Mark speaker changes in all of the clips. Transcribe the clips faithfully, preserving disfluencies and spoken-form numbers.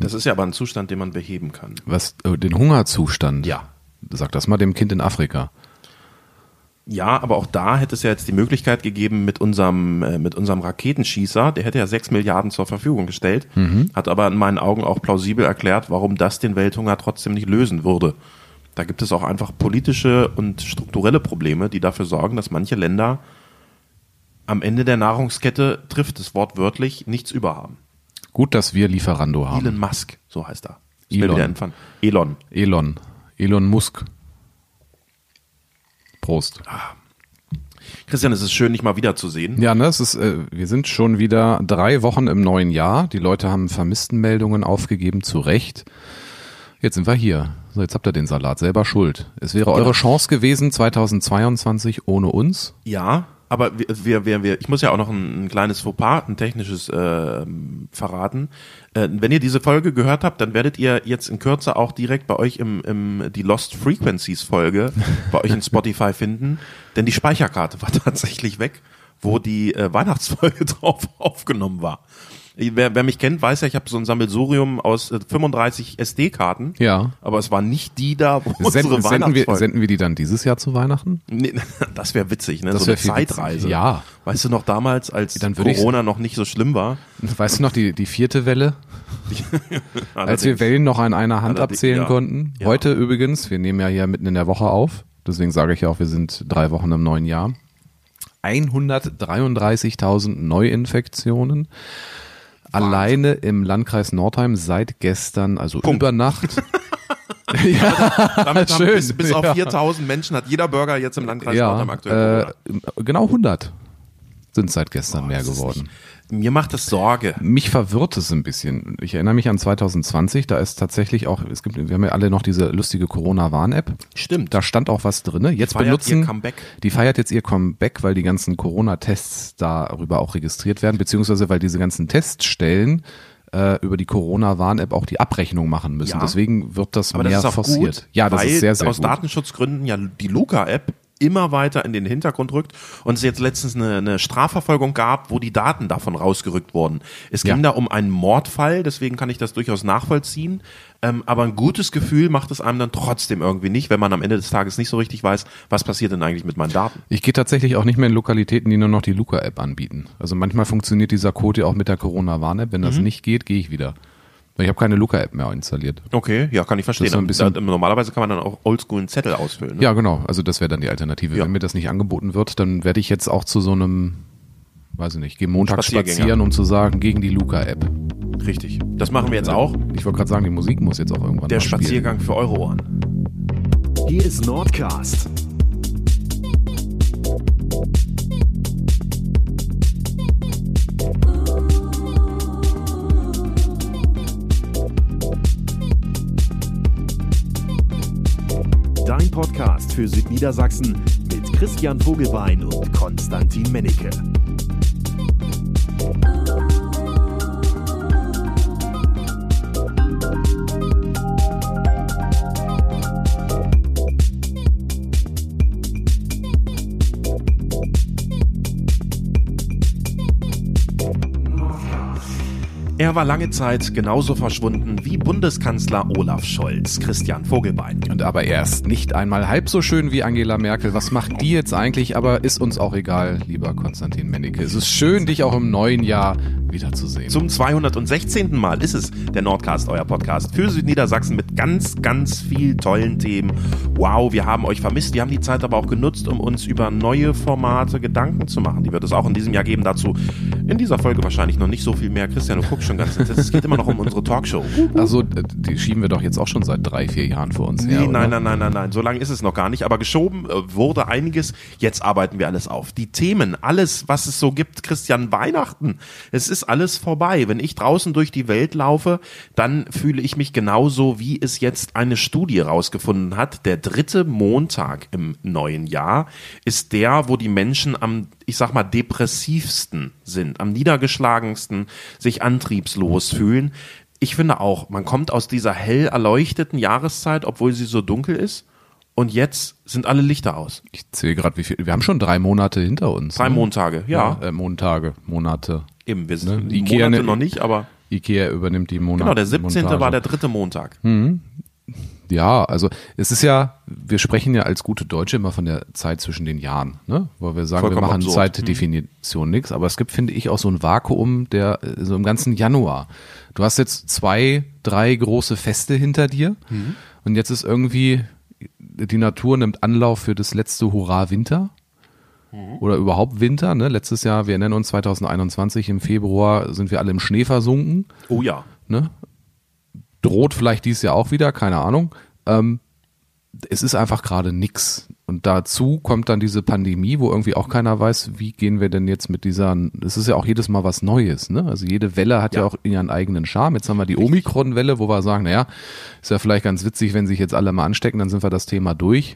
Speaker 1: Das ist ja aber ein Zustand, den man beheben kann.
Speaker 2: Was, äh, den Hungerzustand?
Speaker 1: Ja.
Speaker 2: Sag das mal dem Kind in Afrika.
Speaker 1: Ja, aber auch da hätte es ja jetzt die Möglichkeit gegeben mit unserem, äh, mit unserem Raketenschießer, der hätte ja sechs Milliarden zur Verfügung gestellt, mhm. hat aber in meinen Augen auch plausibel erklärt, warum das den Welthunger trotzdem nicht lösen würde. Da gibt es auch einfach politische und strukturelle Probleme, die dafür sorgen, dass manche Länder am Ende der Nahrungskette, trifft es wortwörtlich, nichts über haben.
Speaker 2: Gut, dass wir Lieferando haben.
Speaker 1: Elon Musk, so heißt er.
Speaker 2: Elon.
Speaker 1: Elon.
Speaker 2: Elon. Elon Musk. Prost.
Speaker 1: Ah. Christian, es ist schön, dich mal wiederzusehen.
Speaker 2: Ja, ne, es ist, äh, wir sind schon wieder drei Wochen im neuen Jahr. Die Leute haben Vermisstenmeldungen aufgegeben, zu Recht. Jetzt sind wir hier. So, jetzt habt ihr den Salat, selber schuld. Es wäre eure Chance gewesen, zweitausendzweiundzwanzig ohne uns.
Speaker 1: Ja, aber wir, wir, wir, wir, ich muss ja auch noch ein, ein kleines Fauxpas, ein technisches äh, verraten. Äh, wenn ihr diese Folge gehört habt, dann werdet ihr jetzt in Kürze auch direkt bei euch im, im die Lost Frequencies Folge bei euch in Spotify finden, denn die Speicherkarte war tatsächlich weg, wo die äh, Weihnachtsfolge drauf aufgenommen war. Wer, wer mich kennt, weiß ja, ich habe so ein Sammelsurium aus äh, fünfunddreißig S D-Karten.
Speaker 2: Ja.
Speaker 1: Aber es war nicht die da, wo
Speaker 2: Senden,
Speaker 1: unsere
Speaker 2: senden wir,
Speaker 1: Weihnachtsfolge...
Speaker 2: senden wir die dann dieses Jahr zu Weihnachten?
Speaker 1: Nee, das wäre witzig, ne?
Speaker 2: Das
Speaker 1: so eine
Speaker 2: wär
Speaker 1: Zeitreise.
Speaker 2: Witzig. Ja.
Speaker 1: Weißt du noch damals, als
Speaker 2: dann
Speaker 1: Corona noch nicht so schlimm war?
Speaker 2: Weißt du noch die, die vierte Welle? Als wir Wellen noch an einer Hand
Speaker 1: Allerdings,
Speaker 2: abzählen
Speaker 1: ja.
Speaker 2: konnten.
Speaker 1: Ja.
Speaker 2: Heute übrigens, wir nehmen ja hier mitten in der Woche auf. Deswegen sage ich ja auch, wir sind drei Wochen im neuen Jahr. hundertdreiunddreißigtausend Neuinfektionen. Alleine im Landkreis Nordheim seit gestern, also
Speaker 1: Punkt.
Speaker 2: über Nacht.
Speaker 1: ja, damit haben
Speaker 2: schön.
Speaker 1: bis, bis
Speaker 2: Ja.
Speaker 1: auf viertausend Menschen hat jeder Bürger jetzt im Landkreis
Speaker 2: ja,
Speaker 1: Nordheim aktuell.
Speaker 2: äh, genau hundert sind seit gestern
Speaker 1: Boah,
Speaker 2: mehr
Speaker 1: das ist
Speaker 2: geworden.
Speaker 1: Nicht, mir macht das Sorge.
Speaker 2: Mich verwirrt es ein bisschen. Ich erinnere mich an zweitausendzwanzig, da ist tatsächlich auch, es gibt, wir haben ja alle noch diese lustige Corona-Warn-App.
Speaker 1: Stimmt.
Speaker 2: Da stand auch was drin. Jetzt
Speaker 1: feiert
Speaker 2: benutzen,
Speaker 1: ihr Comeback.
Speaker 2: die feiert jetzt ihr Comeback, weil die ganzen Corona-Tests darüber auch registriert werden, beziehungsweise weil diese ganzen Teststellen äh, über die Corona-Warn-App auch die Abrechnung machen müssen.
Speaker 1: Ja.
Speaker 2: Deswegen wird das
Speaker 1: Aber
Speaker 2: mehr
Speaker 1: das ist auch
Speaker 2: forciert.
Speaker 1: gut,
Speaker 2: ja, das
Speaker 1: weil
Speaker 2: ist sehr, sehr
Speaker 1: aus
Speaker 2: gut.
Speaker 1: Datenschutzgründen ja die Luca-App immer weiter in den Hintergrund rückt und es jetzt letztens eine, eine Strafverfolgung gab, wo die Daten davon rausgerückt wurden. Es ging
Speaker 2: Ja.
Speaker 1: da um einen Mordfall, deswegen kann ich das durchaus nachvollziehen, ähm, aber ein gutes Gefühl macht es einem dann trotzdem irgendwie nicht, wenn man am Ende des Tages nicht so richtig weiß, was passiert denn eigentlich mit meinen Daten.
Speaker 2: Ich gehe tatsächlich auch nicht mehr in Lokalitäten, die nur noch die Luca-App anbieten. Also manchmal funktioniert dieser Code ja auch mit der Corona-Warn-App. Wenn das
Speaker 1: Mhm.
Speaker 2: nicht geht, gehe ich wieder. Ich habe keine Luca-App mehr installiert.
Speaker 1: Okay, ja, kann ich verstehen.
Speaker 2: Das ist so ein bisschen-
Speaker 1: Da, normalerweise kann man dann auch oldschool einen Zettel ausfüllen. Ne?
Speaker 2: Ja, genau. Also das wäre dann die Alternative.
Speaker 1: Ja.
Speaker 2: Wenn mir das nicht angeboten wird, dann werde ich jetzt auch zu so einem, weiß ich nicht, gehe montags
Speaker 1: Spaziergänger.
Speaker 2: spazieren, um zu sagen, gegen die Luca-App.
Speaker 1: Richtig. Das machen wir jetzt auch.
Speaker 2: Ich wollte gerade sagen, die Musik muss jetzt auch irgendwann
Speaker 1: Der
Speaker 2: mal spielen.
Speaker 1: Spaziergang für eure Ohren.
Speaker 3: Hier ist Nordcast. Dein Podcast für Südniedersachsen mit Christian Vogelbein und Konstantin Mennecke.
Speaker 1: Er war lange Zeit genauso verschwunden wie Bundeskanzler Olaf Scholz, Christian Vogelbein.
Speaker 2: Und aber er ist nicht einmal halb so schön wie Angela Merkel. Was macht die jetzt eigentlich? Aber ist uns auch egal, lieber Konstantin Mennecke. Es ist schön, dich auch im neuen Jahr wiederzusehen.
Speaker 1: Zum zweihundertsechzehnten Mal ist es der Nordcast, euer Podcast für Südniedersachsen mit ganz, ganz viel tollen Themen. Wow, wir haben euch vermisst. Wir haben die Zeit aber auch genutzt, um uns über neue Formate Gedanken zu machen. Die wird es auch in diesem Jahr geben. Dazu in dieser Folge wahrscheinlich noch nicht so viel mehr. Christian, du guckst schon ganz intensiv. Es geht immer noch um unsere Talkshow.
Speaker 2: Also die schieben wir doch jetzt auch schon seit drei, vier Jahren vor uns her,
Speaker 1: Nee,
Speaker 2: oder?
Speaker 1: nein, nein, nein, nein, nein. So lange ist es noch gar nicht. Aber geschoben äh, wurde einiges. Jetzt arbeiten wir alles auf. Die Themen, alles, was es so gibt. Christian, Weihnachten. Es ist alles vorbei. Wenn ich draußen durch die Welt laufe, dann fühle ich mich genauso, wie es jetzt eine Studie rausgefunden hat. Der dritte Montag im neuen Jahr ist der, wo die Menschen am, ich sag mal, depressivsten sind, am niedergeschlagensten, sich antriebslos fühlen. Ich finde auch, man kommt aus dieser hell erleuchteten Jahreszeit, obwohl sie so dunkel ist. Und jetzt sind alle Lichter aus.
Speaker 2: Ich zähle gerade, wie viel. Wir haben schon drei Monate hinter uns.
Speaker 1: Drei
Speaker 2: ne?
Speaker 1: Montage, ja.
Speaker 2: ja äh, Montage, Monate.
Speaker 1: Eben, wir sind
Speaker 2: Ne? Ikea
Speaker 1: Monate
Speaker 2: ne-
Speaker 1: noch nicht, aber
Speaker 2: Ikea übernimmt die Monat.
Speaker 1: Genau, der siebzehnte
Speaker 2: Montage.
Speaker 1: war der dritte Montag.
Speaker 2: Ja, also es ist ja, wir sprechen ja als gute Deutsche immer von der Zeit zwischen den Jahren, ne? Wo wir sagen,
Speaker 1: Vollkommen
Speaker 2: wir machen
Speaker 1: absurd.
Speaker 2: Zeitdefinition nichts, aber es gibt, finde ich, auch so ein Vakuum, der so im ganzen Januar. Du hast jetzt zwei, drei große Feste hinter dir
Speaker 1: Mhm.
Speaker 2: und jetzt ist irgendwie, die Natur nimmt Anlauf für das letzte Hurra Winter. Oder überhaupt Winter, ne? Letztes Jahr, wir nennen uns zwanzig einundzwanzig, im Februar sind wir alle im Schnee versunken,
Speaker 1: Oh ja.
Speaker 2: ne? Droht vielleicht dieses Jahr auch wieder, keine Ahnung. Ähm, es ist einfach gerade nix. Und dazu kommt dann diese Pandemie, wo irgendwie auch keiner weiß, wie gehen wir denn jetzt mit dieser, es ist ja auch jedes Mal was Neues, ne? Also jede Welle hat ja,
Speaker 1: Ja.
Speaker 2: auch ihren eigenen Charme. Jetzt haben wir die Omikron-Welle, wo wir sagen, naja, ist ja vielleicht ganz witzig, wenn sich jetzt alle mal anstecken, dann sind wir das Thema durch.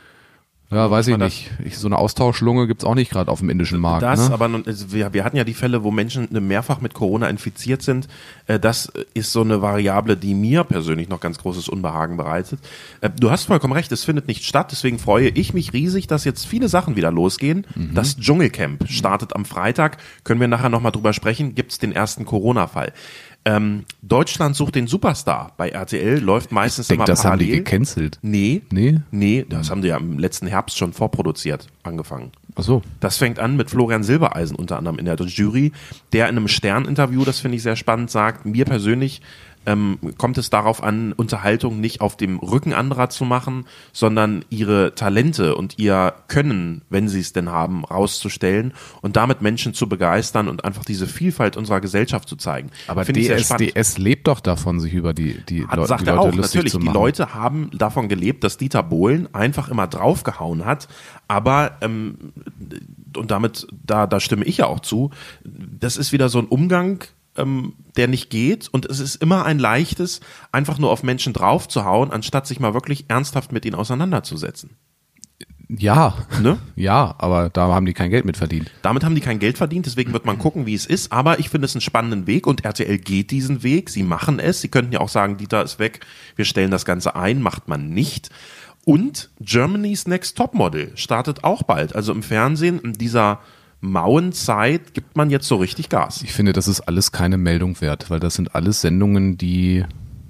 Speaker 2: Ja, weiß ich
Speaker 1: man
Speaker 2: nicht. Ich, so eine Austauschlunge gibt's auch nicht gerade auf dem indischen Markt.
Speaker 1: Das,
Speaker 2: ne?
Speaker 1: aber nun- also wir, wir hatten ja die Fälle, wo Menschen mehrfach mit Corona infiziert sind. Äh, Das ist so eine Variable, die mir persönlich noch ganz großes Unbehagen bereitet. Äh, Du hast vollkommen recht, es findet nicht statt. Deswegen freue ich mich riesig, dass jetzt viele Sachen wieder losgehen.
Speaker 2: Mhm.
Speaker 1: Das Dschungelcamp startet am Freitag. Können wir nachher nochmal drüber sprechen. Gibt es den ersten Corona-Fall? Ähm, Deutschland sucht den Superstar. Bei R T L läuft meistens
Speaker 2: Ich denke,
Speaker 1: immer
Speaker 2: das haben die
Speaker 1: parallel.
Speaker 2: gecancelt.
Speaker 1: Nee,
Speaker 2: Nee?
Speaker 1: nee, das haben die ja im letzten Herbst schon vorproduziert angefangen.
Speaker 2: Ach so.
Speaker 1: Das fängt an mit Florian Silbereisen unter anderem in der Jury, der in einem Stern-Interview, das finde ich sehr spannend, sagt, mir persönlich ähm, kommt es darauf an, Unterhaltung nicht auf dem Rücken anderer zu machen, sondern ihre Talente und ihr Können, wenn sie es denn haben, rauszustellen und damit Menschen zu begeistern und einfach diese Vielfalt unserer Gesellschaft zu zeigen.
Speaker 2: Aber
Speaker 1: Finde ich sehr
Speaker 2: D S
Speaker 1: spannend.
Speaker 2: D S lebt doch davon, sich über die, die,
Speaker 1: Hat,
Speaker 2: Leu
Speaker 1: sagt
Speaker 2: die
Speaker 1: er
Speaker 2: Leute
Speaker 1: auch,
Speaker 2: lustig
Speaker 1: natürlich,
Speaker 2: zu
Speaker 1: die
Speaker 2: machen.
Speaker 1: Leute haben davon gelebt, dass Dieter Bohlen einfach immer draufgehauen hat, aber ähm, und damit, da, da stimme ich ja auch zu, das ist wieder so ein Umgang, ähm, der nicht geht und es ist immer ein leichtes, einfach nur auf Menschen draufzuhauen, anstatt sich mal wirklich ernsthaft mit ihnen auseinanderzusetzen.
Speaker 2: Ja,
Speaker 1: Ne?
Speaker 2: ja, aber da haben die kein Geld mit verdient.
Speaker 1: Damit haben die kein Geld verdient, deswegen wird man gucken, wie es ist. Aber ich finde es einen spannenden Weg und R T L geht diesen Weg. Sie machen es. Sie könnten ja auch sagen, Dieter ist weg, wir stellen das Ganze ein, macht man nicht. Und Germany's Next Topmodel startet auch bald. Also im Fernsehen in dieser mauen Zeit gibt man jetzt so richtig Gas.
Speaker 2: Ich finde, das ist alles keine Meldung wert, weil das sind alles Sendungen, die,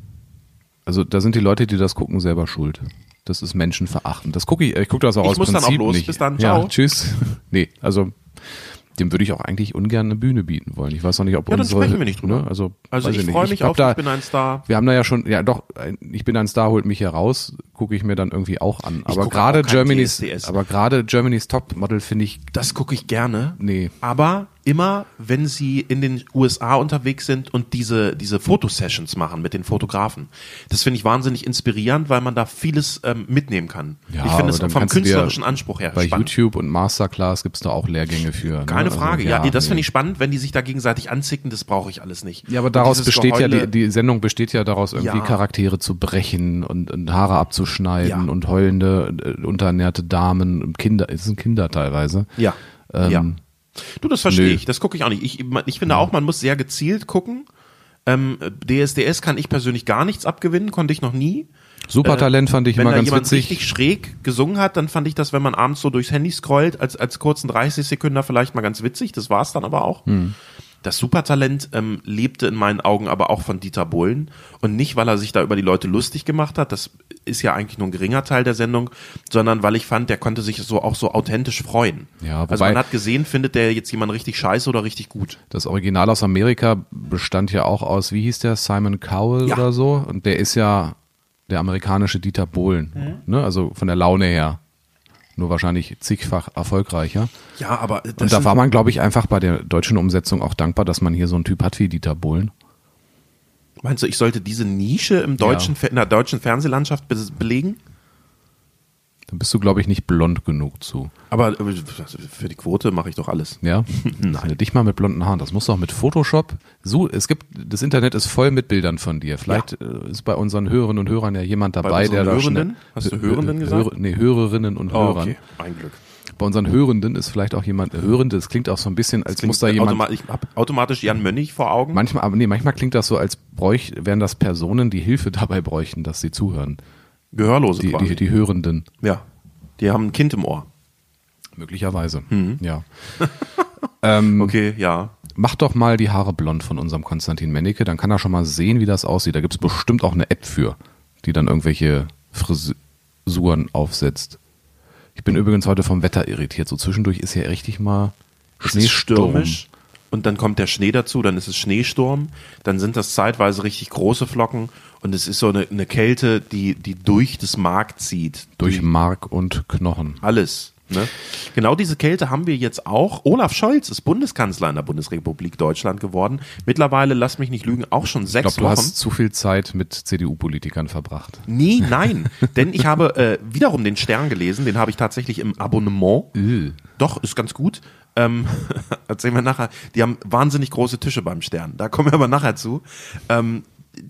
Speaker 2: also da sind die Leute, die das gucken, selber schuld. Das ist menschenverachtend. Das gucke ich, ich gucke das auch
Speaker 1: Ich
Speaker 2: aus
Speaker 1: muss dann
Speaker 2: Prinzip
Speaker 1: auch los.
Speaker 2: nicht.
Speaker 1: Bis dann. Ciao.
Speaker 2: Ja, tschüss. Nee, also dem würde ich auch eigentlich ungern eine Bühne bieten wollen. Ich weiß noch nicht, ob
Speaker 1: Ja, dann
Speaker 2: unsere,
Speaker 1: sprechen wir nicht drüber.
Speaker 2: Ne, also
Speaker 1: Also
Speaker 2: weiß
Speaker 1: ich
Speaker 2: nicht.
Speaker 1: freue mich
Speaker 2: glaub,
Speaker 1: auf
Speaker 2: da,
Speaker 1: Ich bin ein Star.
Speaker 2: Wir haben da ja schon, ja doch, ein Ich bin ein Star holt mich heraus, gucke ich mir dann irgendwie auch an. Aber
Speaker 1: gucke
Speaker 2: gerade
Speaker 1: auch kein
Speaker 2: Germany's,
Speaker 1: T S D S.
Speaker 2: aber gerade Germany's Topmodel finde ich,
Speaker 1: Das gucke ich gerne.
Speaker 2: nee.
Speaker 1: Aber immer, wenn sie in den U S A unterwegs sind und diese, diese Fotosessions machen mit den Fotografen. Das finde ich wahnsinnig inspirierend, weil man da vieles ähm, mitnehmen kann.
Speaker 2: Ja,
Speaker 1: ich finde es
Speaker 2: aber dann
Speaker 1: vom
Speaker 2: kannst du dir
Speaker 1: künstlerischen Anspruch her
Speaker 2: Bei
Speaker 1: spannend.
Speaker 2: YouTube und Masterclass gibt's da auch Lehrgänge für.
Speaker 1: Keine
Speaker 2: ne?
Speaker 1: Frage.
Speaker 2: Also,
Speaker 1: ja, nee, das
Speaker 2: nee.
Speaker 1: finde ich spannend, wenn die sich da gegenseitig anzicken, das brauche ich alles nicht.
Speaker 2: Ja, aber
Speaker 1: Und
Speaker 2: daraus
Speaker 1: dieses
Speaker 2: besteht ja,
Speaker 1: Geheule-
Speaker 2: die, die Sendung besteht ja daraus, irgendwie
Speaker 1: Ja.
Speaker 2: Charaktere zu brechen und, und Haare abzuschneiden
Speaker 1: Ja.
Speaker 2: und heulende, äh, unterernährte Damen und Kinder, es sind Kinder teilweise.
Speaker 1: Ja.
Speaker 2: Ähm,
Speaker 1: ja. Du, das verstehe
Speaker 2: nö.
Speaker 1: ich. Das gucke ich auch nicht. Ich, ich finde auch, man muss sehr gezielt gucken. Ähm, D S D S kann ich persönlich gar nichts abgewinnen, konnte ich noch nie.
Speaker 2: Supertalent fand ich
Speaker 1: Wenn
Speaker 2: immer
Speaker 1: da
Speaker 2: ganz
Speaker 1: jemand
Speaker 2: witzig.
Speaker 1: richtig schräg gesungen hat, dann fand ich das, wenn man abends so durchs Handy scrollt, als, als kurzen dreißig Sekunden vielleicht mal ganz witzig. Das war es dann aber auch.
Speaker 2: Hm.
Speaker 1: Das Supertalent ähm, lebte in meinen Augen aber auch von Dieter Bohlen. Und nicht, weil er sich da über die Leute lustig gemacht hat, das ist ja eigentlich nur ein geringer Teil der Sendung, sondern weil ich fand, der konnte sich so auch so authentisch freuen.
Speaker 2: Ja,
Speaker 1: also
Speaker 2: wobei-
Speaker 1: man hat gesehen, findet der jetzt jemand richtig scheiße oder richtig gut.
Speaker 2: Das Original aus Amerika bestand ja auch aus, wie hieß der, Simon Cowell
Speaker 1: Ja.
Speaker 2: oder so. Und der ist ja der amerikanische Dieter Bohlen. Ne? Also von der Laune her. Nur wahrscheinlich zigfach erfolgreicher.
Speaker 1: Ja, aber das
Speaker 2: Und da
Speaker 1: sind-
Speaker 2: war man, glaube ich, einfach bei der deutschen Umsetzung auch dankbar, dass man hier so einen Typ hat wie Dieter Bohlen.
Speaker 1: meinst du, ich sollte diese Nische im deutschen, Fer- in der deutschen Fernsehlandschaft be belegen?
Speaker 2: Dann bist du, glaube ich, nicht blond genug zu.
Speaker 1: Aber äh, für die Quote mache ich doch alles.
Speaker 2: Ja? Nein. Dich mal mit blonden Haaren. Das muss doch mit Photoshop. So, es gibt, das Internet ist voll mit Bildern von dir. Vielleicht äh, ist bei unseren Hörerinnen und Hörern ja jemand dabei,
Speaker 1: unseren
Speaker 2: der da
Speaker 1: Hörenden?
Speaker 2: schnell-
Speaker 1: Hast du
Speaker 2: Hö-
Speaker 1: Hörenden
Speaker 2: Hö-
Speaker 1: gesagt?
Speaker 2: Hör, nee, Hörerinnen und
Speaker 1: Oh,
Speaker 2: Hörern.
Speaker 1: okay, ein Glück.
Speaker 2: Bei unseren Hörenden ist vielleicht auch jemand, Hörende, das klingt auch so ein bisschen, als muss da jemand,
Speaker 1: Automa ich habe automatisch Jan Mönnig vor Augen.
Speaker 2: manchmal, aber nee, manchmal klingt das so, als bräuch, wären das Personen, die Hilfe dabei bräuchten, dass sie zuhören.
Speaker 1: Gehörlose
Speaker 2: Die,
Speaker 1: quasi.
Speaker 2: die, die Hörenden.
Speaker 1: ja, die haben ein Kind im Ohr.
Speaker 2: Möglicherweise.
Speaker 1: Mhm.
Speaker 2: Ja. ähm,
Speaker 1: Okay, ja.
Speaker 2: mach doch mal die Haare blond von unserem Konstantin Mennecke, dann kann er schon mal sehen, wie das aussieht. Da gibt es bestimmt auch eine App für, die dann irgendwelche Frisuren aufsetzt. Ich bin übrigens heute vom Wetter irritiert. So zwischendurch ist ja richtig mal Schneesturm.
Speaker 1: Und dann kommt der Schnee dazu, dann ist es Schneesturm, dann sind das zeitweise richtig große Flocken und es ist so eine, eine Kälte, die, die durch das Mark zieht.
Speaker 2: Durch
Speaker 1: die,
Speaker 2: Mark und Knochen.
Speaker 1: Alles. Ne? Genau diese Kälte haben wir jetzt auch. Olaf Scholz ist Bundeskanzler in der Bundesrepublik Deutschland geworden. Mittlerweile, lass mich nicht lügen, auch schon sechs
Speaker 2: ich glaub,
Speaker 1: Wochen.
Speaker 2: Du hast zu viel Zeit mit C D U-Politikern verbracht.
Speaker 1: Nee, nein. Denn ich habe äh, wiederum den Stern gelesen, den habe ich tatsächlich im Abonnement.
Speaker 2: Äh.
Speaker 1: Doch, ist ganz gut. Ähm, erzählen wir nachher. Die haben wahnsinnig große Tische beim Stern. Da kommen wir aber nachher zu. Ähm,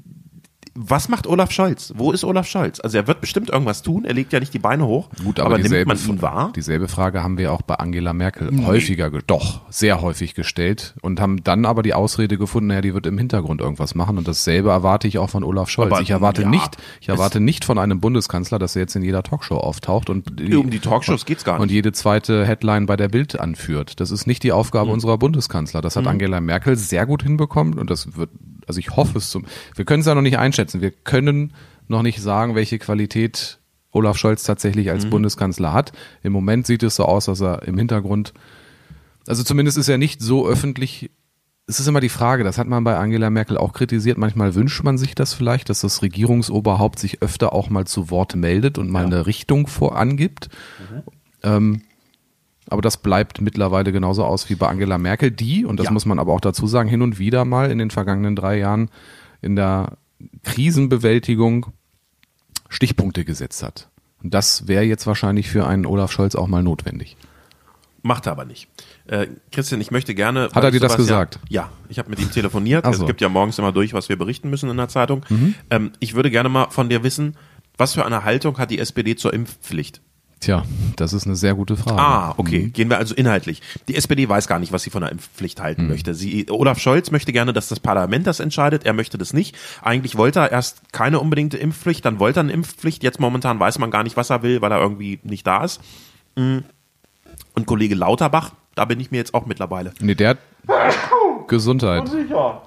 Speaker 1: was macht Olaf Scholz? Wo ist Olaf Scholz? Also er wird bestimmt irgendwas tun. Er legt ja nicht die Beine hoch.
Speaker 2: Gut, aber,
Speaker 1: aber nimmt
Speaker 2: dieselbe,
Speaker 1: man ihn wahr?
Speaker 2: Dieselbe Frage haben wir auch bei Angela Merkel
Speaker 1: Nee.
Speaker 2: häufiger, ge- doch, sehr häufig gestellt und haben dann aber die Ausrede gefunden, naja, die wird im Hintergrund irgendwas machen und dasselbe erwarte ich auch von Olaf Scholz.
Speaker 1: Aber,
Speaker 2: ich erwarte
Speaker 1: ja,
Speaker 2: nicht, ich erwarte nicht von einem Bundeskanzler, dass er jetzt in jeder Talkshow auftaucht und die,
Speaker 1: Um die Talkshows geht's gar nicht.
Speaker 2: und jede zweite Headline bei der Bild anführt. Das ist nicht die Aufgabe
Speaker 1: Mhm.
Speaker 2: unserer Bundeskanzler. Das hat
Speaker 1: Mhm.
Speaker 2: Angela Merkel sehr gut hinbekommen und das wird, also ich hoffe es zum, wir können es ja noch nicht einschätzen. Wir können noch nicht sagen, welche Qualität Olaf Scholz tatsächlich als
Speaker 1: Mhm.
Speaker 2: Bundeskanzler hat. Im Moment sieht es so aus, dass er im Hintergrund, also zumindest ist er nicht so öffentlich. Es ist immer die Frage, das hat man bei Angela Merkel auch kritisiert. Manchmal wünscht man sich das vielleicht, dass das Regierungsoberhaupt sich öfter auch mal zu Wort meldet und mal
Speaker 1: Ja.
Speaker 2: eine Richtung vorangibt. Mhm. Ähm, aber das bleibt mittlerweile genauso aus wie bei Angela Merkel, die, und das
Speaker 1: Ja.
Speaker 2: muss man aber auch dazu sagen, hin und wieder mal in den vergangenen drei Jahren in der Krisenbewältigung Stichpunkte gesetzt hat. Und das wäre jetzt wahrscheinlich für einen Olaf Scholz auch mal notwendig.
Speaker 1: Macht er aber nicht. Äh, Christian, ich möchte gerne...
Speaker 2: Hat er dir das
Speaker 1: sowas
Speaker 2: gesagt?
Speaker 1: Ja, ja, ich habe mit ihm telefoniert.
Speaker 2: Ach
Speaker 1: Es
Speaker 2: so.
Speaker 1: gibt ja morgens immer durch, was wir berichten müssen in der Zeitung.
Speaker 2: Mhm.
Speaker 1: Ähm, ich würde gerne mal von dir wissen, was für eine Haltung hat die S P D zur Impfpflicht?
Speaker 2: Tja, das ist eine sehr gute Frage.
Speaker 1: Ah, okay.
Speaker 2: Mhm.
Speaker 1: Gehen wir also inhaltlich. Die S P D weiß gar nicht, was sie von der Impfpflicht halten
Speaker 2: Mhm.
Speaker 1: möchte. Sie, Olaf Scholz möchte gerne, dass das Parlament das entscheidet. Er möchte das nicht. Eigentlich wollte er erst keine unbedingte Impfpflicht, dann wollte er eine Impfpflicht. Jetzt momentan weiß man gar nicht, was er will, weil er irgendwie nicht da ist. Und Kollege Lauterbach, da bin ich mir jetzt auch mittlerweile.
Speaker 2: Nee, der hat Gesundheit.
Speaker 1: Sicher.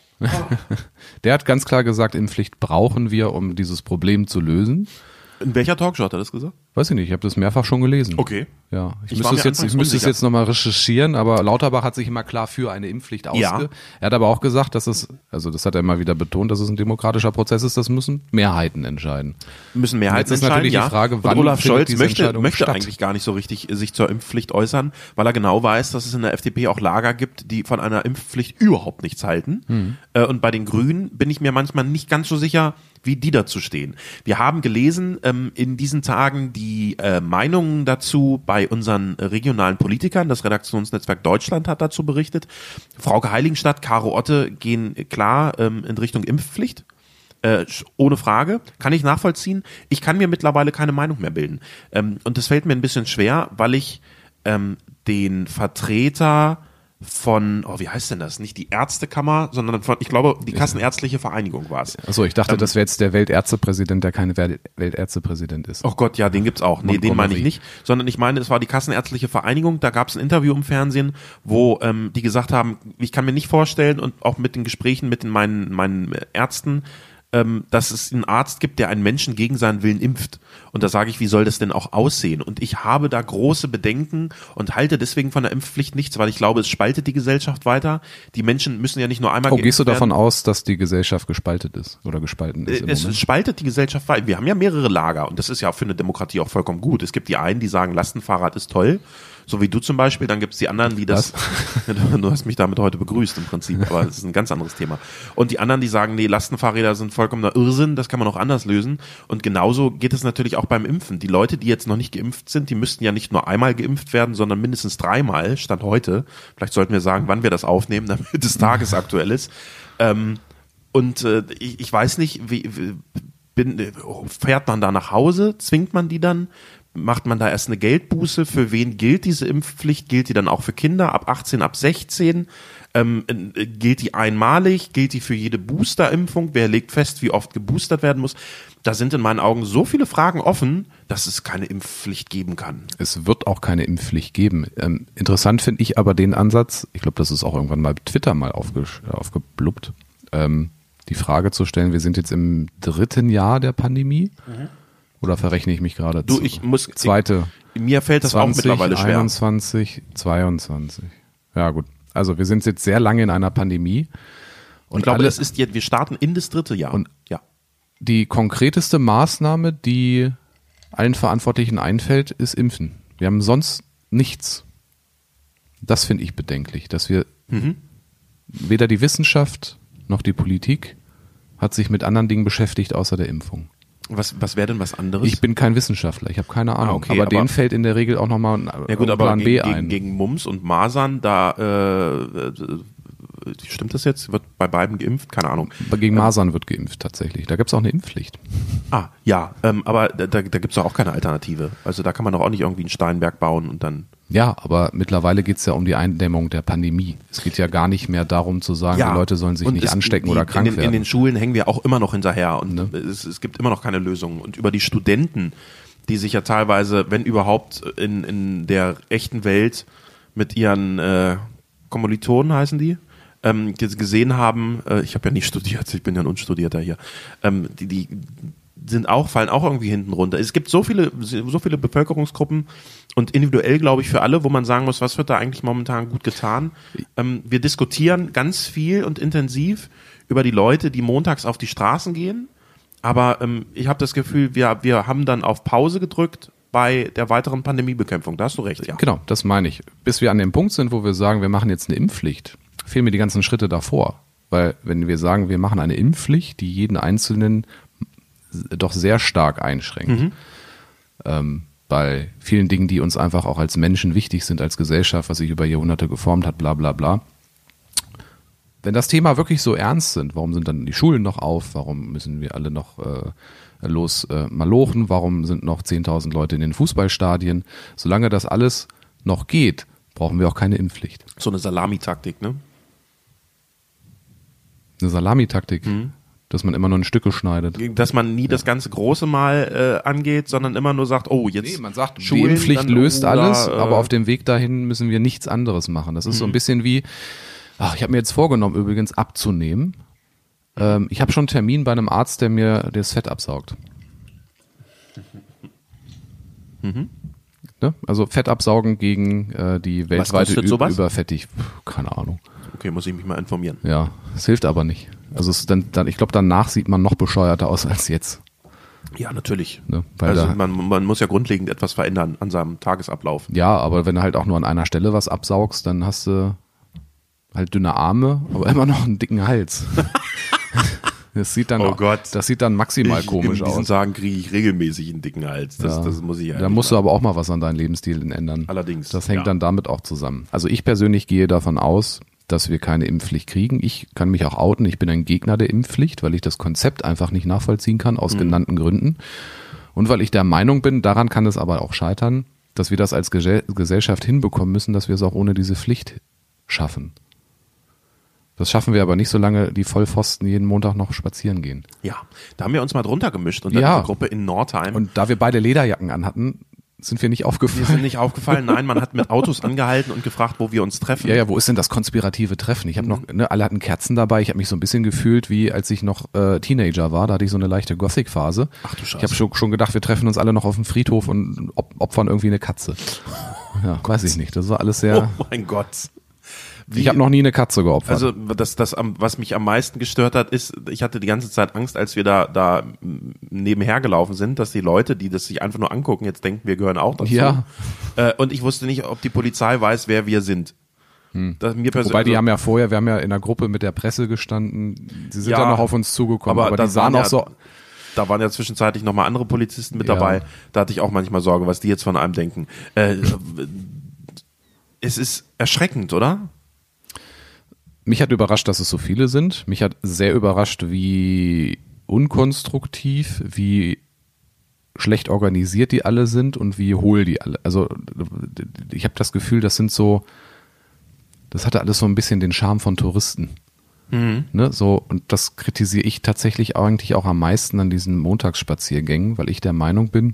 Speaker 2: Der hat ganz klar gesagt, Impfpflicht brauchen wir, um dieses Problem zu lösen.
Speaker 1: In welcher Talkshow hat er das gesagt?
Speaker 2: Weiß ich nicht, ich habe das mehrfach schon gelesen.
Speaker 1: Okay.
Speaker 2: Ja, ich,
Speaker 1: Ich
Speaker 2: müsste
Speaker 1: war
Speaker 2: es
Speaker 1: mir
Speaker 2: jetzt, ich
Speaker 1: anfangs
Speaker 2: müsste es
Speaker 1: unsicher.
Speaker 2: jetzt nochmal recherchieren, aber Lauterbach hat sich immer klar für eine Impfpflicht ausge...
Speaker 1: Ja.
Speaker 2: Er hat aber auch gesagt, dass es, also das hat er immer wieder betont, dass es ein demokratischer Prozess ist, das müssen Mehrheiten entscheiden.
Speaker 1: Müssen Mehrheiten
Speaker 2: Jetzt ist
Speaker 1: entscheiden,
Speaker 2: natürlich die
Speaker 1: ja.
Speaker 2: Frage, wann
Speaker 1: und Olaf
Speaker 2: findet
Speaker 1: Scholz
Speaker 2: diese
Speaker 1: möchte,
Speaker 2: Entscheidung
Speaker 1: möchte
Speaker 2: statt?
Speaker 1: eigentlich gar nicht so richtig sich zur Impfpflicht äußern, weil er genau weiß, dass es in der F D P auch Lager gibt, die von einer Impfpflicht überhaupt nichts halten.
Speaker 2: Hm.
Speaker 1: Äh, Und bei den Grünen bin ich mir manchmal nicht ganz so sicher, wie die dazu stehen. Wir haben gelesen ähm, in diesen Tagen die äh, Meinungen dazu bei unseren äh, regionalen Politikern. Das Redaktionsnetzwerk Deutschland hat dazu berichtet. Frauke Heiligenstadt, Caro Otte gehen klar ähm, in Richtung Impfpflicht. Äh, ohne Frage, kann ich nachvollziehen. Ich kann mir mittlerweile keine Meinung mehr bilden. Ähm, und das fällt mir ein bisschen schwer, weil ich ähm, den Vertreter von, oh, wie heißt denn das? Nicht die Ärztekammer, sondern von, ich glaube, die Kassenärztliche Vereinigung war es.
Speaker 2: Achso, ich dachte,
Speaker 1: Ähm,
Speaker 2: das wäre jetzt der Weltärztepräsident, der keine Wel- Weltärztepräsident ist.
Speaker 1: Oh Gott, ja, den gibt's auch. Nee, den meine ich
Speaker 2: Montgomery.
Speaker 1: nicht. Sondern ich meine, es war die Kassenärztliche Vereinigung. Da gab's ein Interview im Fernsehen, wo ähm, die gesagt haben, ich kann mir nicht vorstellen und auch mit den Gesprächen mit den, meinen, meinen Ärzten, ähm, dass es einen Arzt gibt, der einen Menschen gegen seinen Willen impft. Und da sage ich, wie soll das denn auch aussehen? Und ich habe da große Bedenken und halte deswegen von der Impfpflicht nichts, weil ich glaube, es spaltet die Gesellschaft weiter. Die Menschen müssen ja nicht nur einmal
Speaker 2: Oh,
Speaker 1: geimpft
Speaker 2: gehst du davon
Speaker 1: werden.
Speaker 2: aus, dass die Gesellschaft gespaltet ist oder gespalten ist im
Speaker 1: Es
Speaker 2: Moment?
Speaker 1: spaltet die Gesellschaft weiter. Wir haben ja mehrere Lager und das ist ja für eine Demokratie auch vollkommen gut. Es gibt die einen, die sagen, Lastenfahrrad ist toll, so wie du zum Beispiel. Dann gibt es die anderen, die das, du hast mich damit heute begrüßt im Prinzip, aber das ist ein ganz anderes Thema. Und die anderen, die sagen, nee, Lastenfahrräder sind vollkommener Irrsinn, das kann man auch anders lösen. Und genauso geht es natürlich auch beim Impfen. Die Leute, die jetzt noch nicht geimpft sind, die müssten ja nicht nur einmal geimpft werden, sondern mindestens dreimal, Stand heute. Vielleicht sollten wir sagen, wann wir das aufnehmen, damit es tagesaktuell ist. Ähm, und äh, ich, ich weiß nicht, wie, wie bin, fährt man da nach Hause? Zwingt man die dann? macht man da erst eine Geldbuße? Für wen gilt diese Impfpflicht? Gilt die dann auch für Kinder ab achtzehn, ab sechzehn? Ähm, äh, gilt die einmalig? Gilt die für jede Boosterimpfung? Wer legt fest, wie oft geboostert werden muss? Da sind in meinen Augen so viele Fragen offen, dass es keine Impfpflicht geben kann.
Speaker 2: Es wird auch keine Impfpflicht geben. Ähm, interessant finde ich aber den Ansatz, ich glaube, das ist auch irgendwann mal Twitter mal aufge, aufgeblubbt, ähm, die Frage zu stellen, wir sind jetzt im dritten Jahr der Pandemie. Mhm. Oder verrechne ich mich gerade?
Speaker 1: Du, ich muss.
Speaker 2: Zweite.
Speaker 1: Ich, mir fällt das zwanzig, auch mittlerweile schwer.
Speaker 2: einundzwanzig, zweiundzwanzig. Ja, gut. Also, wir sind jetzt sehr lange in einer Pandemie. Und
Speaker 1: ich glaube,
Speaker 2: alle,
Speaker 1: das ist jetzt, wir starten in das dritte Jahr.
Speaker 2: Und
Speaker 1: ja.
Speaker 2: Die konkreteste Maßnahme, die allen Verantwortlichen einfällt, ist Impfen. Wir haben sonst nichts. Das finde ich bedenklich, dass wir mhm. weder die Wissenschaft noch die Politik hat sich mit anderen Dingen beschäftigt, außer der Impfung.
Speaker 1: Was, was wäre denn was anderes?
Speaker 2: Ich bin kein Wissenschaftler, ich habe keine Ahnung. Ah, okay, aber, aber denen fällt in der Regel auch nochmal ein
Speaker 1: ja gut,
Speaker 2: Plan
Speaker 1: aber
Speaker 2: B
Speaker 1: gegen,
Speaker 2: ein.
Speaker 1: Gegen Mumps und Masern, da äh, stimmt das jetzt? Wird bei beiden geimpft? Keine Ahnung.
Speaker 2: Gegen Masern wird geimpft tatsächlich. Da gibt es auch eine Impfpflicht.
Speaker 1: Ah, ja, ähm, aber da, da gibt es doch auch keine Alternative. Also da kann man doch auch nicht irgendwie einen Steinberg bauen und dann...
Speaker 2: Ja, aber mittlerweile geht es ja um die Eindämmung der Pandemie. Es geht ja gar nicht mehr darum zu sagen,
Speaker 1: ja,
Speaker 2: die Leute sollen sich nicht
Speaker 1: es,
Speaker 2: anstecken
Speaker 1: die,
Speaker 2: oder krank
Speaker 1: in den,
Speaker 2: werden.
Speaker 1: In den Schulen hängen wir auch immer noch hinterher und
Speaker 2: ne?
Speaker 1: es, es gibt immer noch keine Lösungen. Und über die Studenten, die sich ja teilweise, wenn überhaupt, in, in der echten Welt mit ihren äh, Kommilitonen, heißen die, ähm, gesehen haben, äh, ich habe ja nicht studiert, ich bin ja ein Unstudierter hier, ähm, die, die sind auch, fallen auch irgendwie hinten runter. Es gibt so viele, so viele Bevölkerungsgruppen und individuell, glaube ich, für alle, wo man sagen muss, was wird da eigentlich momentan gut getan. Ähm, wir diskutieren ganz viel und intensiv über die Leute, die montags auf die Straßen gehen, aber ähm, ich habe das Gefühl, wir, wir haben dann auf Pause gedrückt bei der weiteren Pandemiebekämpfung. Da hast du recht, ja.
Speaker 2: Genau, das meine ich. Bis wir an dem Punkt sind, wo wir sagen, wir machen jetzt eine Impfpflicht, fehlen mir die ganzen Schritte davor. Weil wenn wir sagen, wir machen eine Impfpflicht, die jeden Einzelnen doch sehr stark einschränkt. Mhm. Ähm, bei vielen Dingen, die uns einfach auch als Menschen wichtig sind, als Gesellschaft, was sich über Jahrhunderte geformt hat, bla bla bla. Wenn das Thema wirklich so ernst sind, warum sind dann die Schulen noch auf? Warum müssen wir alle noch äh, los äh, malochen? Warum sind noch zehntausend Leute in den Fußballstadien? Solange das alles noch geht, brauchen wir auch keine Impfpflicht.
Speaker 1: So eine Salamitaktik, ne?
Speaker 2: Eine Salamitaktik. Mhm. Dass man immer nur in Stücke schneidet.
Speaker 1: Dass man nie ja. das ganze große Mal äh, angeht, sondern immer nur sagt, oh, jetzt
Speaker 2: nee, man sagt, Schulen, die Impfpflicht löst oder, alles, äh, aber auf dem Weg dahin müssen wir nichts anderes machen. Das ist mhm. so ein bisschen wie, ach, ich habe mir jetzt vorgenommen, übrigens abzunehmen. Ähm, ich habe schon einen Termin bei einem Arzt, der mir das Fett absaugt. Mhm. Ne? Also Fett absaugen gegen äh, die weltweite Ü- Überfettig. Keine Ahnung.
Speaker 1: Okay, muss ich mich mal informieren.
Speaker 2: Ja, es hilft aber nicht. Also es dann, dann, ich glaube, danach sieht man noch bescheuerter aus als jetzt.
Speaker 1: Ja, natürlich.
Speaker 2: Ne? Weil
Speaker 1: also
Speaker 2: da,
Speaker 1: man, man muss ja grundlegend etwas verändern an seinem Tagesablauf.
Speaker 2: Ja, aber wenn du halt auch nur an einer Stelle was absaugst, dann hast du halt dünne Arme, aber immer noch einen dicken Hals. Das sieht dann,
Speaker 1: oh
Speaker 2: auch,
Speaker 1: Gott.
Speaker 2: Das sieht dann maximal
Speaker 1: ich,
Speaker 2: komisch
Speaker 1: in diesen
Speaker 2: aus.
Speaker 1: Tagen kriege ich regelmäßig einen dicken Hals. Das,
Speaker 2: ja.
Speaker 1: das muss ich
Speaker 2: Da musst du aber auch mal was an deinen Lebensstil ändern.
Speaker 1: Allerdings.
Speaker 2: Das hängt
Speaker 1: ja.
Speaker 2: dann damit auch zusammen. Also ich persönlich gehe davon aus, dass wir keine Impfpflicht kriegen. Ich kann mich auch outen. Ich bin ein Gegner der Impfpflicht, weil ich das Konzept einfach nicht nachvollziehen kann, aus mhm. genannten Gründen. Und weil ich der Meinung bin, daran kann es aber auch scheitern, dass wir das als Ge- Gesellschaft hinbekommen müssen, dass wir es auch ohne diese Pflicht schaffen. Das schaffen wir aber nicht, solange die Vollpfosten jeden Montag noch spazieren gehen.
Speaker 1: Ja, da haben wir uns mal drunter gemischt unter
Speaker 2: ja.
Speaker 1: dieser Gruppe in Nordheim.
Speaker 2: Und da wir beide Lederjacken anhatten, sind wir nicht aufgefallen.
Speaker 1: Wir sind nicht aufgefallen, nein, man hat mit Autos angehalten und gefragt, wo wir uns treffen.
Speaker 2: Ja, ja, wo ist denn das konspirative Treffen? Ich habe noch, ne, alle hatten Kerzen dabei, ich habe mich so ein bisschen gefühlt, wie als ich noch äh, Teenager war, da hatte ich so eine leichte Gothic-Phase.
Speaker 1: Ach du Scheiße.
Speaker 2: Ich habe schon, schon gedacht, wir treffen uns alle noch auf dem Friedhof und op- opfern irgendwie eine Katze. Ja, oh weiß ich nicht, das war alles sehr...
Speaker 1: Oh mein Gott. Wie,
Speaker 2: ich habe noch nie eine Katze geopfert.
Speaker 1: Also das, das, was mich am meisten gestört hat, ist, ich hatte die ganze Zeit Angst, als wir da, da nebenher gelaufen sind, dass die Leute, die das sich einfach nur angucken, jetzt denken, wir gehören auch dazu.
Speaker 2: Ja.
Speaker 1: Äh, und ich wusste nicht, ob die Polizei weiß, wer wir sind.
Speaker 2: Hm.
Speaker 1: Das, mir persönlich,
Speaker 2: Wobei die haben ja vorher, wir haben ja in der Gruppe mit der Presse gestanden, sie sind
Speaker 1: ja,
Speaker 2: dann noch auf uns zugekommen, aber, aber die sahen auch ja, so...
Speaker 1: Da waren ja zwischenzeitlich nochmal andere Polizisten mit
Speaker 2: ja.
Speaker 1: dabei, da hatte ich auch manchmal Sorge, was die jetzt von einem denken. Äh, es ist erschreckend, oder?
Speaker 2: Mich hat überrascht, dass es so viele sind. Mich hat sehr überrascht, wie unkonstruktiv, wie schlecht organisiert die alle sind und wie hohl die alle. Also ich habe das Gefühl, das sind so, das hatte alles so ein bisschen den Charme von Touristen. Mhm. Ne, so, und das kritisiere ich tatsächlich eigentlich auch am meisten an diesen Montagsspaziergängen, weil ich der Meinung bin,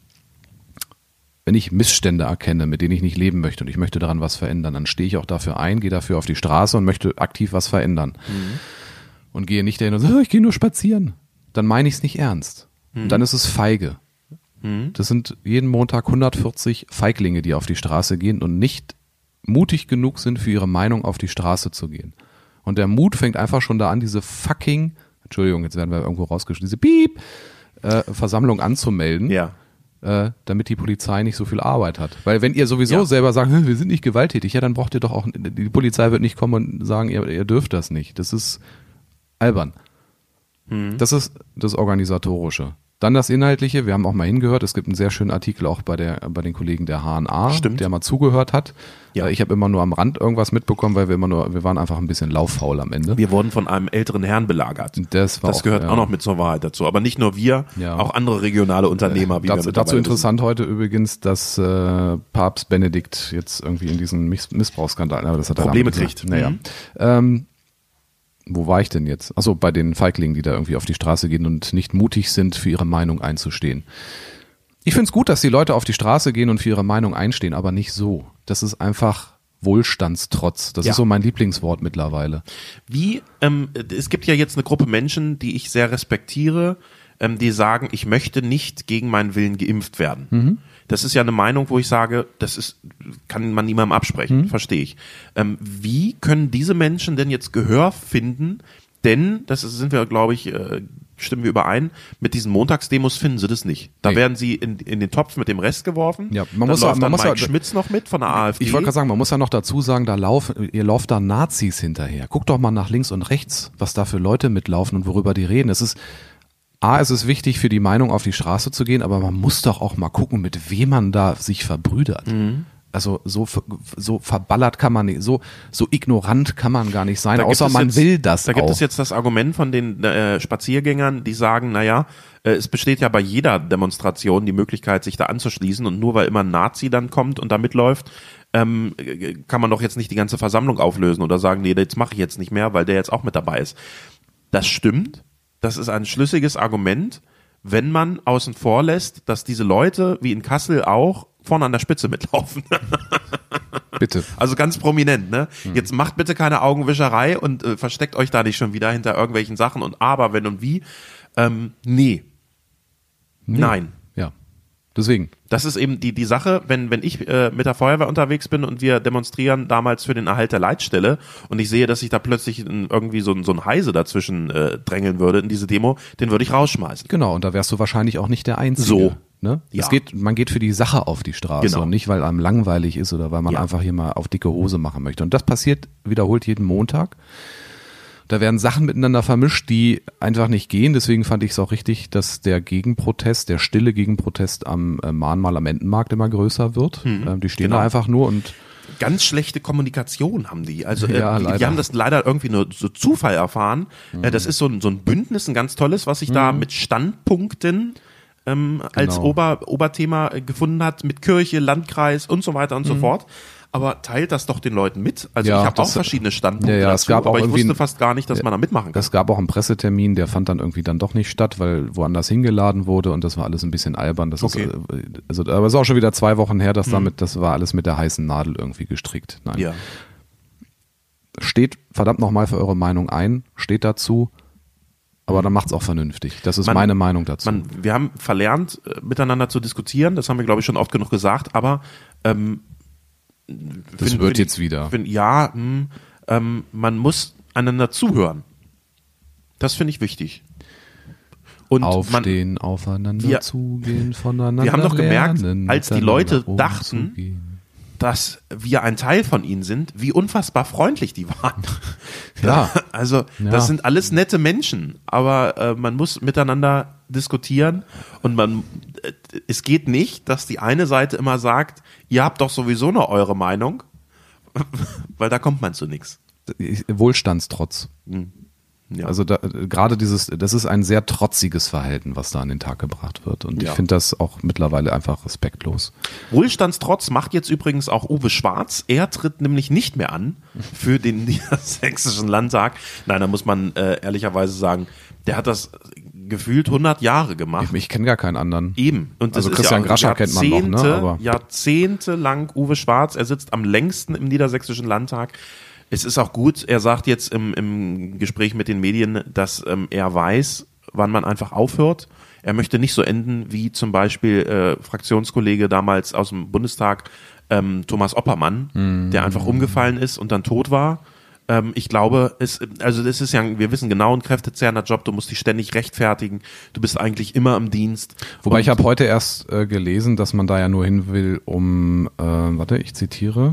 Speaker 2: wenn ich Missstände erkenne, mit denen ich nicht leben möchte und ich möchte daran was verändern, dann stehe ich auch dafür ein, gehe dafür auf die Straße und möchte aktiv was verändern. Mhm. Und gehe nicht dahin und sage, ich gehe nur spazieren. Dann meine ich es nicht ernst. Mhm. Und dann ist es feige. Mhm. Das sind jeden Montag hundertvierzig Feiglinge, die auf die Straße gehen und nicht mutig genug sind, für ihre Meinung auf die Straße zu gehen. Und der Mut fängt einfach schon da an, diese fucking, Entschuldigung, jetzt werden wir irgendwo rausgeschrieben, diese Piep, äh, Versammlung anzumelden,
Speaker 1: ja.
Speaker 2: äh, damit die Polizei nicht so viel Arbeit hat. Weil wenn ihr sowieso ja. selber sagt, wir sind nicht gewalttätig, ja, dann braucht ihr doch auch, die Polizei wird nicht kommen und sagen, ihr, ihr dürft das nicht. Das ist albern. Hm. Das ist das Organisatorische. Dann das Inhaltliche, wir haben auch mal hingehört, es gibt einen sehr schönen Artikel auch bei der bei den Kollegen der H und A,
Speaker 1: Stimmt.
Speaker 2: der mal zugehört hat.
Speaker 1: Ja.
Speaker 2: Ich habe immer nur am Rand irgendwas mitbekommen, weil wir immer nur, wir waren einfach ein bisschen lauffaul am Ende.
Speaker 1: Wir wurden von einem älteren Herrn belagert.
Speaker 2: Das, war
Speaker 1: das
Speaker 2: auch,
Speaker 1: gehört
Speaker 2: ja.
Speaker 1: auch noch mit zur Wahrheit dazu. Aber nicht nur wir,
Speaker 2: ja.
Speaker 1: auch andere regionale Unternehmer.
Speaker 2: Äh,
Speaker 1: wie
Speaker 2: dazu
Speaker 1: wir
Speaker 2: dazu interessant
Speaker 1: wissen.
Speaker 2: heute übrigens, dass äh, Papst Benedikt jetzt irgendwie in diesen Miss- Missbrauchsskandal, aber das hat er
Speaker 1: Probleme
Speaker 2: damit gesagt.
Speaker 1: kriegt.
Speaker 2: Naja.
Speaker 1: Mhm.
Speaker 2: Ähm, Wo war ich denn jetzt? Achso, bei den Feiglingen, die da irgendwie auf die Straße gehen und nicht mutig sind, für ihre Meinung einzustehen. Ich finde es gut, dass die Leute auf die Straße gehen und für ihre Meinung einstehen, aber nicht so. Das ist einfach Wohlstandstrotz. Das
Speaker 1: ja.
Speaker 2: ist so mein Lieblingswort mittlerweile.
Speaker 1: Wie, ähm, es gibt ja jetzt eine Gruppe Menschen, die ich sehr respektiere, ähm, die sagen, ich möchte nicht gegen meinen Willen geimpft werden. Mhm. Das ist ja eine Meinung, wo ich sage, das ist, kann man niemandem absprechen, mhm. verstehe ich. Ähm, wie können diese Menschen denn jetzt Gehör finden? Denn, das ist, sind wir, glaube ich, äh, stimmen wir überein, mit diesen Montagsdemos finden sie das nicht. Da
Speaker 2: nee.
Speaker 1: werden sie in, in den Topf mit dem Rest geworfen.
Speaker 2: Ja, man
Speaker 1: dann
Speaker 2: muss
Speaker 1: läuft
Speaker 2: man
Speaker 1: dann
Speaker 2: muss
Speaker 1: Mike
Speaker 2: ja,
Speaker 1: Schmitz noch mit von der AfD.
Speaker 2: Ich wollte gerade sagen, man muss ja noch dazu sagen, da laufen, ihr lauft da Nazis hinterher. Guckt doch mal nach links und rechts, was da für Leute mitlaufen und worüber die reden. Es ist A, es ist wichtig, für die Meinung auf die Straße zu gehen, aber man muss doch auch mal gucken, mit wem man da sich verbrüdert. Mhm. Also so so verballert kann man nicht, so so ignorant kann man gar nicht sein,
Speaker 1: da
Speaker 2: außer man
Speaker 1: jetzt,
Speaker 2: will das
Speaker 1: Da
Speaker 2: auch.
Speaker 1: gibt es jetzt das Argument von den äh, Spaziergängern, die sagen, naja, äh, es besteht ja bei jeder Demonstration die Möglichkeit, sich da anzuschließen und nur weil immer ein Nazi dann kommt und da mitläuft, ähm, kann man doch jetzt nicht die ganze Versammlung auflösen oder sagen, nee, jetzt mache ich jetzt nicht mehr, weil der jetzt auch mit dabei ist. Das stimmt, das ist ein schlüssiges Argument, wenn man außen vor lässt, dass diese Leute, wie in Kassel auch, vorne an der Spitze mitlaufen.
Speaker 2: Bitte.
Speaker 1: Also ganz prominent, ne? Hm. Jetzt macht bitte keine Augenwischerei und äh, versteckt euch da nicht schon wieder hinter irgendwelchen Sachen und aber, wenn und wie. Ähm, nee. nee. Nein.
Speaker 2: Ja. Deswegen.
Speaker 1: Das ist eben die die Sache, wenn wenn ich äh, mit der Feuerwehr unterwegs bin und wir demonstrieren damals für den Erhalt der Leitstelle und ich sehe, dass sich da plötzlich ein, irgendwie so ein so ein Heise dazwischen äh, drängeln würde in diese Demo, den würde ich rausschmeißen.
Speaker 2: Genau, und da wärst du wahrscheinlich auch nicht der Einzige.
Speaker 1: So.
Speaker 2: Ne?
Speaker 1: Ja.
Speaker 2: Es geht, man geht für die Sache auf die Straße
Speaker 1: Genau.
Speaker 2: und nicht, weil einem langweilig ist oder weil man
Speaker 1: Ja.
Speaker 2: einfach hier mal auf dicke Hose machen möchte. Und das passiert wiederholt jeden Montag. Da werden Sachen miteinander vermischt, die einfach nicht gehen. Deswegen fand ich es auch richtig, dass der Gegenprotest, der stille Gegenprotest am äh, Mahnmal am Entenmarkt immer größer wird.
Speaker 1: Mhm.
Speaker 2: Ähm, die stehen
Speaker 1: Genau.
Speaker 2: da einfach nur und
Speaker 1: Ganz schlechte Kommunikation haben die. Also äh,
Speaker 2: Ja,
Speaker 1: die, die
Speaker 2: leider.
Speaker 1: haben das leider irgendwie nur so Zufall erfahren.
Speaker 2: Mhm.
Speaker 1: Äh, das ist so ein, so ein Bündnis, ein ganz tolles, was sich da mit Standpunkten ähm, als
Speaker 2: Genau.
Speaker 1: Ober, Oberthema äh, gefunden hat, mit Kirche, Landkreis und so weiter und so fort. Aber teilt das doch den Leuten mit. Also
Speaker 2: Ja,
Speaker 1: ich habe auch
Speaker 2: das-
Speaker 1: verschiedene Standpunkte
Speaker 2: Ja, ja, es
Speaker 1: dazu,
Speaker 2: gab auch
Speaker 1: aber ich
Speaker 2: irgendwie
Speaker 1: wusste
Speaker 2: ein-
Speaker 1: fast gar nicht, dass man da mitmachen kann.
Speaker 2: es gab auch einen Pressetermin, der fand dann irgendwie dann doch nicht statt, weil woanders hingeladen wurde und das war alles ein bisschen albern. Das
Speaker 1: Okay.
Speaker 2: ist, äh, also, aber es ist auch schon wieder zwei Wochen her, dass damit, das war alles mit der heißen Nadel irgendwie gestrickt. Nein.
Speaker 1: Ja.
Speaker 2: Steht verdammt nochmal für eure Meinung ein, steht dazu, aber dann macht's auch vernünftig. Das ist
Speaker 1: Man-
Speaker 2: meine Meinung dazu.
Speaker 1: Man, wir haben verlernt, äh, miteinander zu diskutieren, das haben wir, glaube ich, schon oft genug gesagt, aber ähm,
Speaker 2: das
Speaker 1: find-
Speaker 2: wird
Speaker 1: find
Speaker 2: jetzt
Speaker 1: ich,
Speaker 2: wieder.
Speaker 1: Find, ja, mh, ähm, man muss einander zuhören. Das finde ich wichtig. Und man,
Speaker 2: Aufstehen, aufeinander
Speaker 1: wir-
Speaker 2: zugehen, voneinander
Speaker 1: wir haben doch gemerkt,
Speaker 2: lernen,
Speaker 1: als die
Speaker 2: miteinander
Speaker 1: Leute dachten,
Speaker 2: umzugehen.
Speaker 1: dass wir ein Teil von ihnen sind, wie unfassbar freundlich die waren.
Speaker 2: Ja.
Speaker 1: Also
Speaker 2: Ja.
Speaker 1: das sind alles nette Menschen, aber äh, man muss miteinander diskutieren und man, äh, es geht nicht, dass die eine Seite immer sagt, ihr habt doch sowieso nur eure Meinung, weil da kommt man zu nichts.
Speaker 2: Wohlstandstrotz.
Speaker 1: Ja.
Speaker 2: Also da, gerade dieses, das ist ein sehr trotziges Verhalten, was da an den Tag gebracht wird. Und
Speaker 1: Ja.
Speaker 2: ich finde das auch mittlerweile einfach respektlos.
Speaker 1: Wohlstandstrotz macht jetzt übrigens auch Uwe Schwarz. Er tritt nämlich nicht mehr an für den Niedersächsischen Landtag. Nein, da muss man äh, ehrlicherweise sagen, der hat das gefühlt hundert Jahre gemacht.
Speaker 2: Ich, ich kenne gar keinen anderen.
Speaker 1: Eben. Und das
Speaker 2: Also
Speaker 1: ist
Speaker 2: Christian
Speaker 1: ja
Speaker 2: Grascher kennt man noch, ne?
Speaker 1: Jahrzehnte-
Speaker 2: Aber-
Speaker 1: Jahrzehntelang Uwe Schwarz. Er sitzt am längsten im Niedersächsischen Landtag. Es ist auch gut, er sagt jetzt im, im Gespräch mit den Medien, dass ähm, er weiß, wann man einfach aufhört. Er möchte nicht so enden wie zum Beispiel äh, Fraktionskollege damals aus dem Bundestag, ähm, Thomas Oppermann,
Speaker 2: Mhm.
Speaker 1: der einfach umgefallen ist und dann tot war. Ähm, ich glaube, es, also das ist ja, wir wissen genau, ein kräftezehrender Job, du musst dich ständig rechtfertigen, du bist eigentlich immer im Dienst.
Speaker 2: Wobei
Speaker 1: Und
Speaker 2: ich habe heute erst äh, gelesen, dass man da ja nur hin will, um, äh, warte, ich zitiere,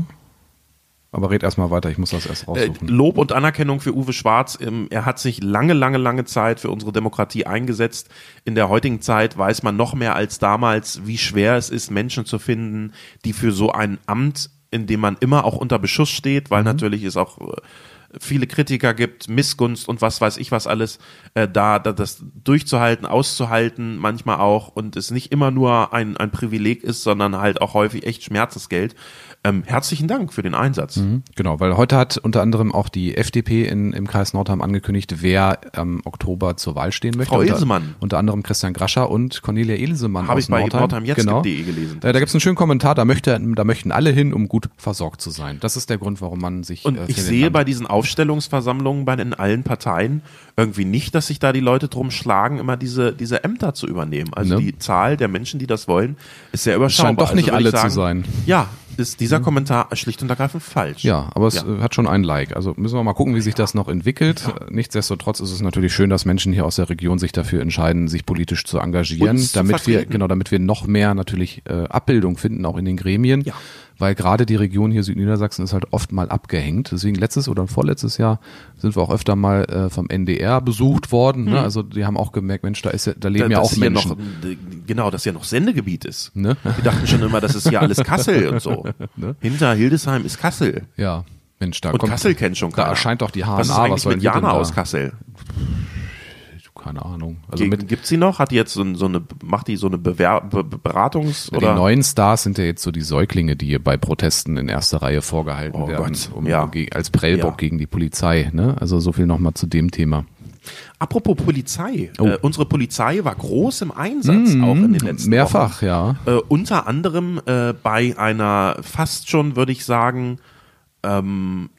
Speaker 2: aber red erstmal weiter, ich muss das erst
Speaker 1: Äh,
Speaker 2: raussuchen.
Speaker 1: Lob und Anerkennung für Uwe Schwarz. Ähm, Er hat sich lange, lange, lange Zeit für unsere Demokratie eingesetzt. In der heutigen Zeit weiß man noch mehr als damals, wie schwer es ist, Menschen zu finden, die für so ein Amt, in dem man immer auch unter Beschuss steht, weil natürlich es auch äh, viele Kritiker gibt, Missgunst und was weiß ich was alles, äh, da, da das durchzuhalten, auszuhalten, manchmal auch, und es nicht immer nur ein, ein Privileg ist, sondern halt auch häufig echt Schmerzensgeld. Ähm, herzlichen Dank für den Einsatz.
Speaker 2: Mhm, genau, weil heute hat unter anderem auch die F D P in, im Kreis Nordheim angekündigt, wer im Oktober zur Wahl stehen möchte.
Speaker 1: Frau
Speaker 2: unter,
Speaker 1: Ilsemann.
Speaker 2: Unter anderem Christian Grascher und Cornelia Ilsemann
Speaker 1: Habe
Speaker 2: aus
Speaker 1: ich bei
Speaker 2: Nordheim.
Speaker 1: nordheim jetzt
Speaker 2: genau.
Speaker 1: punkt de gelesen.
Speaker 2: Äh, da gibt es einen schönen Kommentar, da, möchte, da möchten alle hin, um gut versorgt zu sein. Das ist der Grund, warum man sich
Speaker 1: Und
Speaker 2: äh, für
Speaker 1: ich
Speaker 2: den
Speaker 1: sehe
Speaker 2: Land-
Speaker 1: bei diesen Aufstellungsversammlungen bei den allen Parteien irgendwie nicht, dass sich da die Leute drum schlagen, immer diese, diese Ämter zu übernehmen. Also
Speaker 2: Ne?
Speaker 1: die Zahl der Menschen, die das wollen, ist sehr überschaubar.
Speaker 2: scheint doch nicht
Speaker 1: also würde
Speaker 2: alle
Speaker 1: ich
Speaker 2: zu sein.
Speaker 1: Ja, ist dieser Kommentar schlicht und ergreifend falsch.
Speaker 2: Ja, aber es
Speaker 1: Ja.
Speaker 2: äh, hat schon ein Like. Also müssen wir mal gucken, wie sich das noch entwickelt. Äh, Nichtsdestotrotz ist es natürlich schön, dass Menschen hier aus der Region sich dafür entscheiden, sich politisch zu engagieren,
Speaker 1: Uns zu
Speaker 2: damit wir
Speaker 1: vertreten.
Speaker 2: genau, damit wir noch mehr natürlich äh, Abbildung finden, auch in den Gremien.
Speaker 1: Ja.
Speaker 2: Weil gerade die Region hier Südniedersachsen ist halt oft mal abgehängt. Deswegen letztes oder vorletztes Jahr sind wir auch öfter mal äh, vom N D R besucht worden. Ne? Also die haben auch gemerkt, Mensch, da ist ja, da leben
Speaker 1: Da-
Speaker 2: ja
Speaker 1: dass
Speaker 2: auch
Speaker 1: hier
Speaker 2: Menschen.
Speaker 1: noch, genau, das ja noch Sendegebiet ist.
Speaker 2: Ne?
Speaker 1: Wir dachten schon immer, das ist hier alles Kassel und so.
Speaker 2: Ne?
Speaker 1: Hinter Hildesheim ist Kassel.
Speaker 2: Ja, Mensch, da
Speaker 1: Und
Speaker 2: kommt
Speaker 1: Kassel kennt schon
Speaker 2: da
Speaker 1: keiner.
Speaker 2: erscheint doch die H N A.
Speaker 1: Was ist eigentlich
Speaker 2: sollen
Speaker 1: mit
Speaker 2: wir denn
Speaker 1: Jana
Speaker 2: da?
Speaker 1: aus Kassel?
Speaker 2: Keine Ahnung. Also
Speaker 1: Ge-
Speaker 2: mit,
Speaker 1: Gibt's sie noch? Hat die jetzt so, ein- so eine, macht die so eine Bewer Be Be- Beratungs-
Speaker 2: Die
Speaker 1: oder?
Speaker 2: neuen Stars sind ja jetzt so die Säuglinge, die hier bei Protesten in erster Reihe vorgehalten
Speaker 1: Oh
Speaker 2: werden,
Speaker 1: Gott,
Speaker 2: um,
Speaker 1: ja.
Speaker 2: ge- als Prellbock
Speaker 1: Ja.
Speaker 2: gegen die Polizei. Ne? Also so viel nochmal zu dem Thema.
Speaker 1: Apropos Polizei.
Speaker 2: Oh.
Speaker 1: Äh, unsere Polizei war groß im Einsatz, auch in den letzten
Speaker 2: Mehrfach, ja.
Speaker 1: Wochen. Äh, unter anderem äh, bei einer fast schon, würde ich sagen, ähm,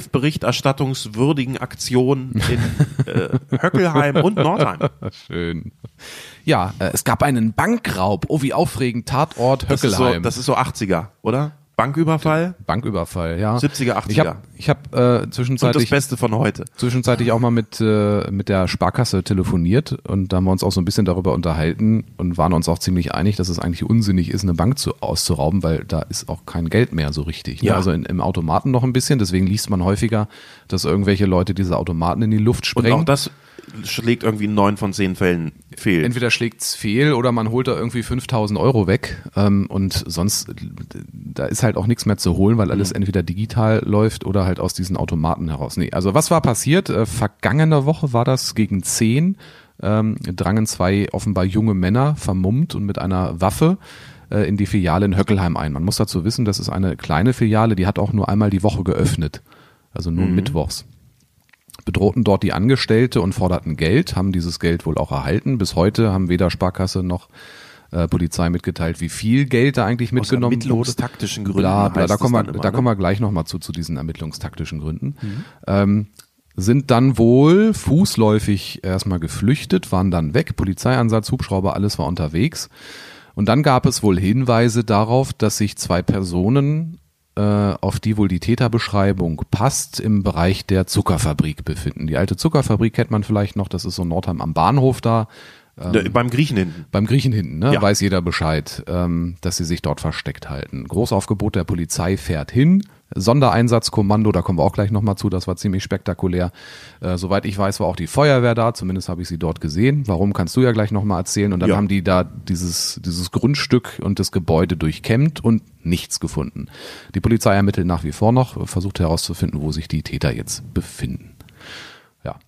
Speaker 1: Live-Berichterstattungswürdigen Aktion in äh, Höckelheim und Nordheim.
Speaker 2: Schön. Ja, äh, es gab einen Bankraub. Oh, wie aufregend. Tatort
Speaker 1: Das ist, so,
Speaker 2: Höckelheim.
Speaker 1: das ist so achtziger, oder? Banküberfall
Speaker 2: Banküberfall, ja.
Speaker 1: siebziger,
Speaker 2: Ich
Speaker 1: achtziger.
Speaker 2: habe ich hab, äh,
Speaker 1: Und das
Speaker 2: zwischenzeitlich
Speaker 1: Beste von heute.
Speaker 2: zwischenzeitlich auch mal mit, äh, mit der Sparkasse telefoniert und da haben wir uns auch so ein bisschen darüber unterhalten und waren uns auch ziemlich einig, dass es eigentlich unsinnig ist, eine Bank zu, auszurauben, weil da ist auch kein Geld mehr so richtig. Ne?
Speaker 1: Ja.
Speaker 2: Also in, im Automaten noch ein bisschen, deswegen liest man häufiger, dass irgendwelche Leute diese Automaten in die Luft
Speaker 1: Und
Speaker 2: sprengen.
Speaker 1: auch das schlägt irgendwie in neun von zehn Fällen fehl.
Speaker 2: Entweder schlägt's fehl oder man holt da irgendwie fünftausend Euro weg ähm, und sonst, da ist halt auch nichts mehr zu holen, weil alles entweder digital läuft oder halt aus diesen Automaten heraus. Nee, also was war passiert? Äh, vergangene Woche war das gegen zehn, ähm, drangen zwei offenbar junge Männer vermummt und mit einer Waffe äh, in die Filiale in Höckelheim ein. Man muss dazu wissen, das ist eine kleine Filiale, die hat auch nur einmal die Woche geöffnet, also nur mittwochs. Bedrohten dort die Angestellte und forderten Geld, haben dieses Geld wohl auch erhalten. Bis heute haben weder Sparkasse noch äh, Polizei mitgeteilt, wie viel Geld da eigentlich mitgenommen wurde.
Speaker 1: ermittlungstaktischen Gründen.
Speaker 2: Bla, bla,
Speaker 1: heißt
Speaker 2: da
Speaker 1: es
Speaker 2: kommen wir,
Speaker 1: dann immer,
Speaker 2: da
Speaker 1: ne?
Speaker 2: kommen wir gleich nochmal zu, zu diesen ermittlungstaktischen Gründen. Ähm, sind dann wohl fußläufig erstmal geflüchtet, waren dann weg, Polizeieinsatz, Hubschrauber, alles war unterwegs. Und dann gab es wohl Hinweise darauf, dass sich zwei Personen, äh, auf die wohl die Täterbeschreibung passt, im Bereich der Zuckerfabrik befinden. Die alte Zuckerfabrik kennt man vielleicht noch, das ist so Nordheim am Bahnhof da.
Speaker 1: Da- Beim Griechen hinten.
Speaker 2: Beim Griechen hinten, ne,
Speaker 1: Ja.
Speaker 2: weiß jeder Bescheid, ähm, dass sie sich dort versteckt halten. Großaufgebot der Polizei fährt hin. Sondereinsatzkommando, da kommen wir auch gleich nochmal zu, das war ziemlich spektakulär. Äh, soweit ich weiß, war auch die Feuerwehr da, zumindest habe ich sie dort gesehen. Warum, kannst du ja gleich nochmal erzählen. Und dann
Speaker 1: Ja.
Speaker 2: haben die da dieses, dieses Grundstück und das Gebäude durchkämmt und nichts gefunden. Die Polizei ermittelt nach wie vor noch, versucht herauszufinden, wo sich die Täter jetzt befinden. Ja.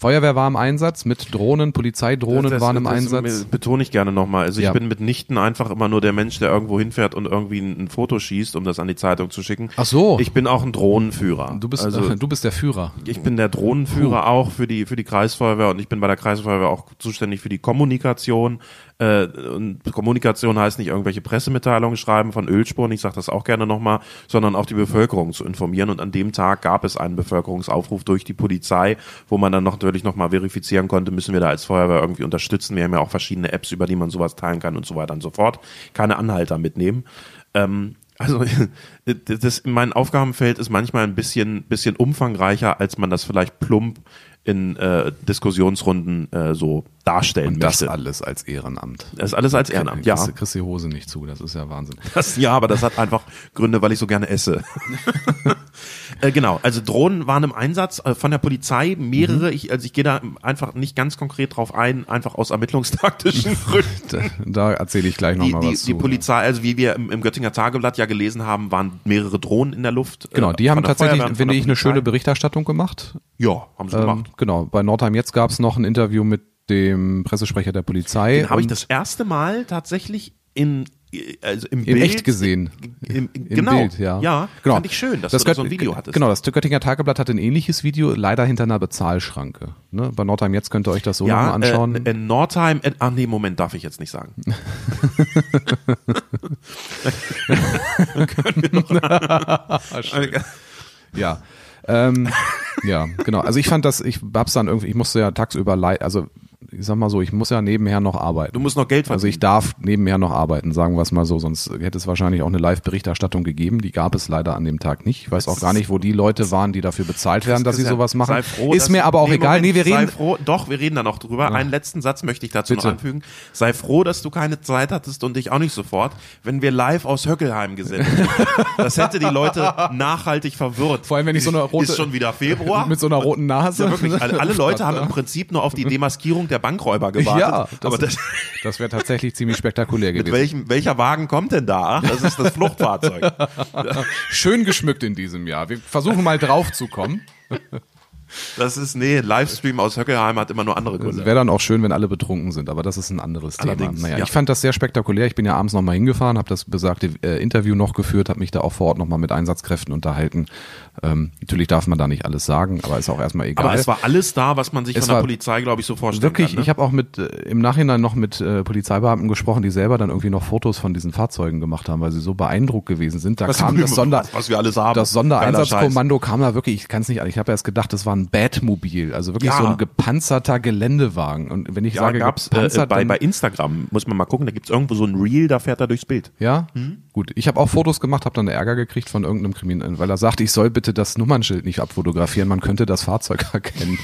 Speaker 2: Feuerwehr war im Einsatz, mit Drohnen, Polizeidrohnen
Speaker 1: das,
Speaker 2: waren im
Speaker 1: das
Speaker 2: Einsatz.
Speaker 1: Betone ich gerne nochmal. Also ich
Speaker 2: Ja.
Speaker 1: bin mitnichten einfach immer nur der Mensch, der irgendwo hinfährt und irgendwie ein, ein Foto schießt, um das an die Zeitung zu schicken.
Speaker 2: Ach so.
Speaker 1: Ich bin auch ein Drohnenführer.
Speaker 2: Du bist,
Speaker 1: also,
Speaker 2: äh, du bist der Führer.
Speaker 1: ich bin der Drohnenführer
Speaker 2: Puh.
Speaker 1: auch für die für die Kreisfeuerwehr und ich bin bei der Kreisfeuerwehr auch zuständig für die Kommunikation. Äh, und Kommunikation heißt nicht irgendwelche Pressemitteilungen schreiben von Ölspuren, ich sage das auch gerne nochmal, sondern auch die Bevölkerung zu informieren. Und an dem Tag gab es einen Bevölkerungsaufruf durch die Polizei, wo man dann noch natürlich nochmal verifizieren konnte, müssen wir da als Feuerwehr irgendwie unterstützen. Wir haben ja auch verschiedene Apps, über die man sowas teilen kann und so weiter und so fort. Keine Anhalter mitnehmen. Ähm, Also das, mein Aufgabenfeld ist manchmal ein bisschen, bisschen umfangreicher, als man das vielleicht plump in äh, Diskussionsrunden äh, so darstellen
Speaker 2: Und das
Speaker 1: möchte.
Speaker 2: alles als Ehrenamt.
Speaker 1: Das ist alles als Ehrenamt, ja.
Speaker 2: Kriegst, kriegst die Hose nicht zu, das ist ja Wahnsinn.
Speaker 1: Das, ja, aber das hat einfach Gründe, weil ich so gerne esse. äh, genau, also Drohnen waren im Einsatz äh, von der Polizei, mehrere.
Speaker 2: Mhm.
Speaker 1: Ich, also ich gehe da einfach nicht ganz konkret drauf ein, einfach aus ermittlungstaktischen Gründen.
Speaker 2: Da, da erzähle ich gleich
Speaker 1: Die,
Speaker 2: nochmal
Speaker 1: die,
Speaker 2: was
Speaker 1: die
Speaker 2: zu.
Speaker 1: Polizei, also wie wir im, im Göttinger Tageblatt ja gelesen haben, waren mehrere Drohnen in der Luft.
Speaker 2: Genau, die
Speaker 1: äh,
Speaker 2: haben
Speaker 1: von der
Speaker 2: tatsächlich,
Speaker 1: Feuerwehr und von
Speaker 2: finde
Speaker 1: der
Speaker 2: ich, eine
Speaker 1: Polizei.
Speaker 2: schöne Berichterstattung gemacht.
Speaker 1: Ja, haben sie
Speaker 2: Ähm,
Speaker 1: gemacht.
Speaker 2: genau, bei Nordheim jetzt gab es noch ein Interview mit dem Pressesprecher der Polizei.
Speaker 1: Den habe ich
Speaker 2: und
Speaker 1: das erste Mal tatsächlich in also im
Speaker 2: in
Speaker 1: Bild
Speaker 2: echt gesehen.
Speaker 1: Im,
Speaker 2: Im
Speaker 1: genau,
Speaker 2: Bild, ja.
Speaker 1: ja,
Speaker 2: Genau.
Speaker 1: fand ich schön, dass
Speaker 2: Das
Speaker 1: du da so
Speaker 2: Gött-
Speaker 1: ein Video hattest.
Speaker 2: Genau, das Göttinger Tageblatt hat ein ähnliches Video, leider hinter einer Bezahlschranke. Ne? Bei Nordheim jetzt könnt ihr euch das so
Speaker 1: ja,
Speaker 2: nochmal anschauen.
Speaker 1: Äh, in Nordheim, äh, ach nee, Moment, darf ich jetzt nicht sagen.
Speaker 2: Ja. Ähm, ja, genau. Also ich fand das, ich hab's dann irgendwie, ich musste ja tagsüber, lei- also ich sag mal so, ich muss ja nebenher noch arbeiten.
Speaker 1: Du musst noch Geld verdienen.
Speaker 2: Also ich darf nebenher noch arbeiten, sagen wir es mal so, sonst hätte es wahrscheinlich auch eine Live-Berichterstattung gegeben, die gab es leider an dem Tag nicht. Ich weiß auch gar nicht, wo die Leute waren, die dafür bezahlt werden, dass sie sowas machen.
Speaker 1: Sei froh,
Speaker 2: Ist
Speaker 1: dass-
Speaker 2: mir aber auch
Speaker 1: nee,
Speaker 2: egal.
Speaker 1: Moment,
Speaker 2: Nee, wir reden.
Speaker 1: Sei froh, doch, wir reden da noch drüber. Einen letzten Satz möchte ich dazu
Speaker 2: Bitte.
Speaker 1: noch anfügen. Sei froh, dass du keine Zeit hattest und ich auch nicht sofort, wenn wir live aus Höckelheim gesendet hätten. Das hätte die Leute nachhaltig verwirrt.
Speaker 2: Vor allem, wenn ich so eine rote-
Speaker 1: Ist schon wieder Februar.
Speaker 2: Mit so einer roten Nase.
Speaker 1: Ja, wirklich. Alle, alle Leute haben im Prinzip nur auf die Demaskierung der Bankräuber gewartet.
Speaker 2: Ja, das,
Speaker 1: aber das,
Speaker 2: das wäre tatsächlich ziemlich spektakulär
Speaker 1: mit
Speaker 2: gewesen.
Speaker 1: welchem, welcher Wagen kommt denn da? Ach, das ist das Fluchtfahrzeug.
Speaker 2: Schön geschmückt in diesem Jahr. Wir versuchen mal drauf zu kommen.
Speaker 1: Das ist, nee, Livestream aus Höckelheim hat immer nur andere
Speaker 2: Es
Speaker 1: Gründe.
Speaker 2: wäre dann auch schön, wenn alle betrunken sind, aber das ist ein anderes Thema.
Speaker 1: Allerdings,
Speaker 2: Naja,
Speaker 1: ja.
Speaker 2: ich fand das sehr spektakulär. Ich bin ja abends nochmal hingefahren, habe das besagte äh, Interview noch geführt, habe mich da auch vor Ort nochmal mit Einsatzkräften unterhalten. Ähm, natürlich darf man da nicht alles sagen, aber ist auch erstmal egal.
Speaker 1: Aber es war alles da, was man sich
Speaker 2: Es
Speaker 1: von der
Speaker 2: war
Speaker 1: Polizei, glaube ich, so vorstellen
Speaker 2: Wirklich,
Speaker 1: kann. Ne?
Speaker 2: ich habe auch mit äh, im Nachhinein noch mit äh, Polizeibeamten gesprochen, die selber dann irgendwie noch Fotos von diesen Fahrzeugen gemacht haben, weil sie so beeindruckt gewesen sind. Da
Speaker 1: Was-
Speaker 2: kam das Sonder,
Speaker 1: was- was wir alles haben.
Speaker 2: das Sondereinsatzkommando kam da wirklich, ich kann es nicht, ich habe erst gedacht, das war ein Batmobil, also wirklich
Speaker 1: Ja.
Speaker 2: so ein gepanzerter Geländewagen. Und wenn ich
Speaker 1: Ja,
Speaker 2: sage
Speaker 1: gab's äh,
Speaker 2: gepanzert,
Speaker 1: bei,
Speaker 2: dann-
Speaker 1: bei Instagram, muss man mal gucken, da gibt's irgendwo so ein Reel, da fährt er durchs Bild.
Speaker 2: Ja,
Speaker 1: Hm?
Speaker 2: gut. Ich habe auch Fotos gemacht, habe dann Ärger gekriegt von irgendeinem Kriminellen, weil er sagte, ich soll bitte das Nummernschild nicht abfotografieren, man könnte das Fahrzeug erkennen.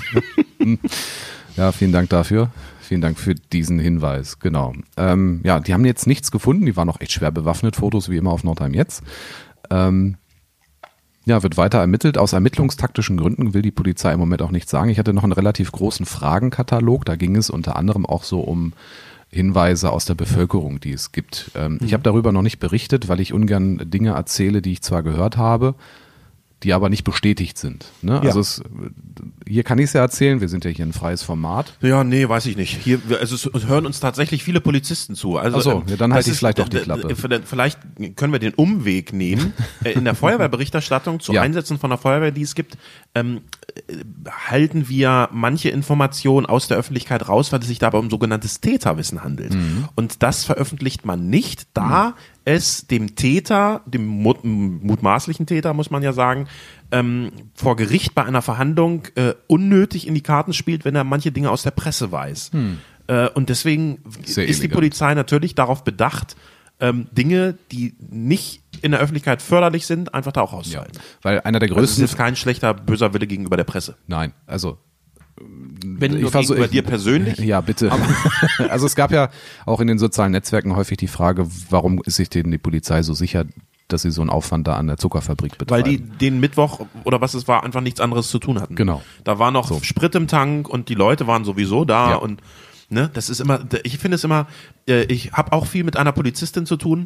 Speaker 2: Ja, vielen Dank dafür. Vielen Dank für diesen Hinweis, genau. Ähm, ja, die haben jetzt nichts gefunden, die waren auch echt schwer bewaffnet, Fotos wie immer auf Nordheim jetzt. Ähm, ja, wird weiter ermittelt. Aus ermittlungstaktischen Gründen will die Polizei im Moment auch nichts sagen. Ich hatte noch einen relativ großen Fragenkatalog, da ging es unter anderem auch so um Hinweise aus der Bevölkerung, die es gibt. Ähm, Ich habe darüber noch nicht berichtet, weil ich ungern Dinge erzähle, die ich zwar gehört habe, die aber nicht bestätigt sind. Ne?
Speaker 1: Ja.
Speaker 2: Also es, hier kann ich es ja erzählen, wir sind ja hier ein freies Format.
Speaker 1: Ja, nee, weiß ich nicht. Hier, wir- also es hören uns tatsächlich viele Polizisten zu. Also,
Speaker 2: Ach so,
Speaker 1: ähm,
Speaker 2: ja, dann
Speaker 1: das
Speaker 2: halte ich
Speaker 1: ist-
Speaker 2: vielleicht doch die
Speaker 1: äh,
Speaker 2: Klappe.
Speaker 1: äh, Vielleicht können wir den Umweg nehmen. Äh, In der Feuerwehrberichterstattung zu
Speaker 2: Ja.
Speaker 1: Einsätzen von der Feuerwehr, die es gibt, ähm, äh, halten wir manche Informationen aus der Öffentlichkeit raus, weil es sich dabei um sogenanntes Täterwissen handelt.
Speaker 2: Mhm.
Speaker 1: Und das veröffentlicht man nicht, da es dem Täter, dem mut- mutmaßlichen Täter, muss man ja sagen, ähm, vor Gericht bei einer Verhandlung äh, unnötig in die Karten spielt, wenn er manche Dinge aus der Presse weiß. Äh, und deswegen
Speaker 2: Sehr
Speaker 1: ist die
Speaker 2: elegant.
Speaker 1: Polizei natürlich darauf bedacht, ähm, Dinge, die nicht in der Öffentlichkeit förderlich sind, einfach da auch
Speaker 2: Ja,
Speaker 1: rauszuhalten.
Speaker 2: weil einer der
Speaker 1: Also es ist
Speaker 2: größten,
Speaker 1: jetzt kein schlechter, böser Wille gegenüber der Presse.
Speaker 2: nein, also
Speaker 1: Wenn
Speaker 2: ich
Speaker 1: nur
Speaker 2: versuch-
Speaker 1: gegenüber
Speaker 2: ich-
Speaker 1: dir persönlich.
Speaker 2: Ja, bitte. Also es gab ja auch in den sozialen Netzwerken häufig die Frage, warum ist sich denn die Polizei so sicher, dass sie so einen Aufwand da an der Zuckerfabrik betreiben?
Speaker 1: Weil die den Mittwoch oder was es war, einfach nichts anderes zu tun hatten.
Speaker 2: Genau.
Speaker 1: Da war noch
Speaker 2: So.
Speaker 1: Sprit im Tank und die Leute waren sowieso da
Speaker 2: Ja.
Speaker 1: und ne, das ist immer, ich finde es immer, äh, ich habe auch viel mit einer Polizistin zu tun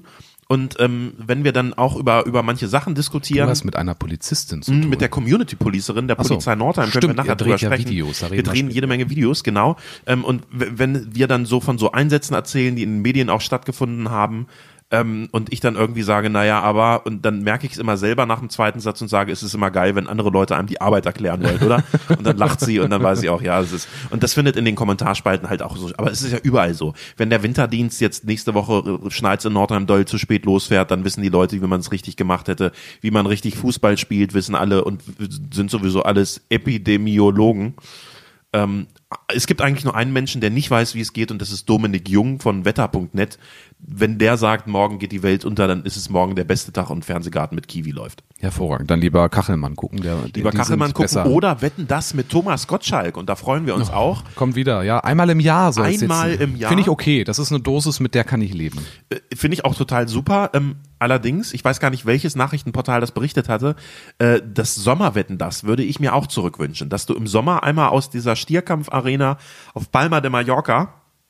Speaker 1: Und ähm, wenn wir dann auch über über manche Sachen diskutieren,
Speaker 2: Du hast mit einer Polizistin zu
Speaker 1: mh,
Speaker 2: tun.
Speaker 1: mit der Community-Policerin der
Speaker 2: Ach so.
Speaker 1: Polizei Nordheim, können
Speaker 2: Stimmt,
Speaker 1: wir nachher
Speaker 2: ihr dreht
Speaker 1: drüber
Speaker 2: ja
Speaker 1: sprechen.
Speaker 2: Videos, da
Speaker 1: wir
Speaker 2: reden wir
Speaker 1: drehen
Speaker 2: später.
Speaker 1: jede Menge Videos, genau. Ähm, und w- wenn wir dann so von so Einsätzen erzählen, die in den Medien auch stattgefunden haben, ähm, und ich dann irgendwie sage, naja, aber, und dann merke ich es immer selber nach dem zweiten Satz und sage, es ist immer geil, wenn andere Leute einem die Arbeit erklären wollen, oder? Und dann lacht sie und dann weiß sie auch, ja, es ist, und das findet in den Kommentarspalten halt auch so, aber es ist ja überall so. Wenn der Winterdienst jetzt nächste Woche äh, schneit's in Nordheim doll zu spät losfährt, dann wissen die Leute, wie man es richtig gemacht hätte, wie man richtig Fußball spielt, wissen alle und sind sowieso alles Epidemiologen. Ähm, es gibt eigentlich nur einen Menschen, der nicht weiß, wie es geht, und das ist Dominik Jung von wetter punkt net. Wenn der sagt, morgen geht die Welt unter, dann ist es morgen der beste Tag und Fernsehgarten mit Kiwi läuft.
Speaker 2: Hervorragend. Dann lieber Kachelmann gucken. Der,
Speaker 1: Lieber
Speaker 2: die
Speaker 1: Kachelmann
Speaker 2: sind
Speaker 1: gucken
Speaker 2: besser.
Speaker 1: oder Wetten das mit Thomas Gottschalk, und da freuen wir uns auch.
Speaker 2: Kommt wieder, ja. Einmal im Jahr soll es
Speaker 1: Einmal
Speaker 2: jetzt.
Speaker 1: im Jahr.
Speaker 2: Finde ich okay. Das ist eine Dosis, mit der kann ich leben.
Speaker 1: Äh, Finde ich auch total super. Ähm, allerdings, ich weiß gar nicht, welches Nachrichtenportal das berichtet hatte, äh, das Sommerwetten, das würde ich mir auch zurückwünschen, dass du im Sommer einmal aus dieser Stierkampfarena auf Palma de Mallorca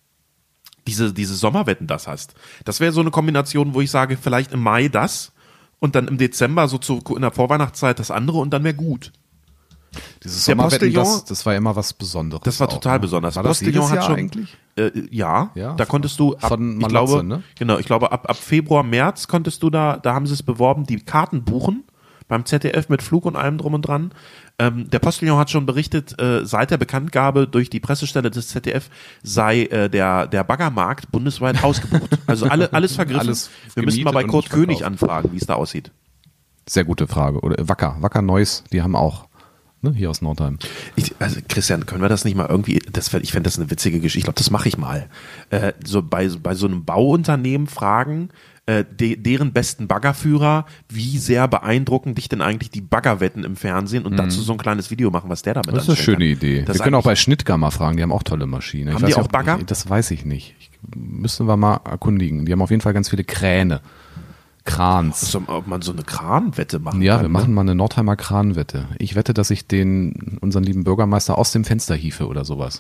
Speaker 1: diese, diese Sommerwetten das hast. Das wäre so eine Kombination, wo ich sage, vielleicht im Mai das und dann im Dezember so zu, in der Vorweihnachtszeit das andere und dann wäre gut.
Speaker 2: Dieses
Speaker 1: Der
Speaker 2: Sommerwetten,
Speaker 1: Postillon-
Speaker 2: das, das war immer was Besonderes.
Speaker 1: Das war
Speaker 2: auch,
Speaker 1: total
Speaker 2: ne?
Speaker 1: besonders.
Speaker 2: War das
Speaker 1: Postillon
Speaker 2: jedes
Speaker 1: hat
Speaker 2: Jahr
Speaker 1: schon,
Speaker 2: eigentlich?
Speaker 1: Äh, ja,
Speaker 2: Ja,
Speaker 1: da konntest du ab,
Speaker 2: von
Speaker 1: ich
Speaker 2: Malotze,
Speaker 1: glaube,
Speaker 2: ne?
Speaker 1: genau, ich glaube ab, ab Februar, März konntest du da, da haben sie es beworben, die Karten buchen beim Z D F mit Flug und allem drum und dran. Ähm, der Postillon hat schon berichtet, äh, seit der Bekanntgabe durch die Pressestelle des Z D F sei äh, der der Baggermarkt bundesweit ausgebucht. Also alle alles vergriffen.
Speaker 2: Alles
Speaker 1: Wir müssen mal bei
Speaker 2: gemietet und
Speaker 1: Kurt
Speaker 2: nicht
Speaker 1: König
Speaker 2: verkauft.
Speaker 1: anfragen, wie es da aussieht.
Speaker 2: Sehr gute Frage. Oder Wacker. Wacker Neuss, die haben auch. Ne, hier aus Nordheim.
Speaker 1: Ich, also Christian, können wir das nicht mal irgendwie, das, wär- ich fände das eine witzige Geschichte, ich glaube, das mache ich mal. Äh, so bei, bei so einem Bauunternehmen fragen, äh, de, deren besten Baggerführer, wie sehr beeindrucken dich denn eigentlich die Baggerwetten im Fernsehen, und dazu so ein kleines Video machen, was der damit
Speaker 2: Das ist eine
Speaker 1: anstellen
Speaker 2: schöne
Speaker 1: kann.
Speaker 2: Idee.
Speaker 1: Das
Speaker 2: Wir
Speaker 1: ist
Speaker 2: können auch bei
Speaker 1: eigentlich-
Speaker 2: Schnittger mal fragen, die haben auch tolle Maschinen. Ich
Speaker 1: Haben
Speaker 2: weiß
Speaker 1: die
Speaker 2: ja
Speaker 1: auch Bagger?
Speaker 2: Ich, das weiß ich nicht. Ich, müssen wir mal erkundigen. Die haben auf jeden Fall ganz viele Kräne. Krans.
Speaker 1: so, ob man so eine Kranwette machen
Speaker 2: Ja,
Speaker 1: kann.
Speaker 2: wir
Speaker 1: ne?
Speaker 2: machen mal eine Nordheimer Kranwette. Ich wette, dass ich den, unseren lieben Bürgermeister aus dem Fenster hiefe oder sowas.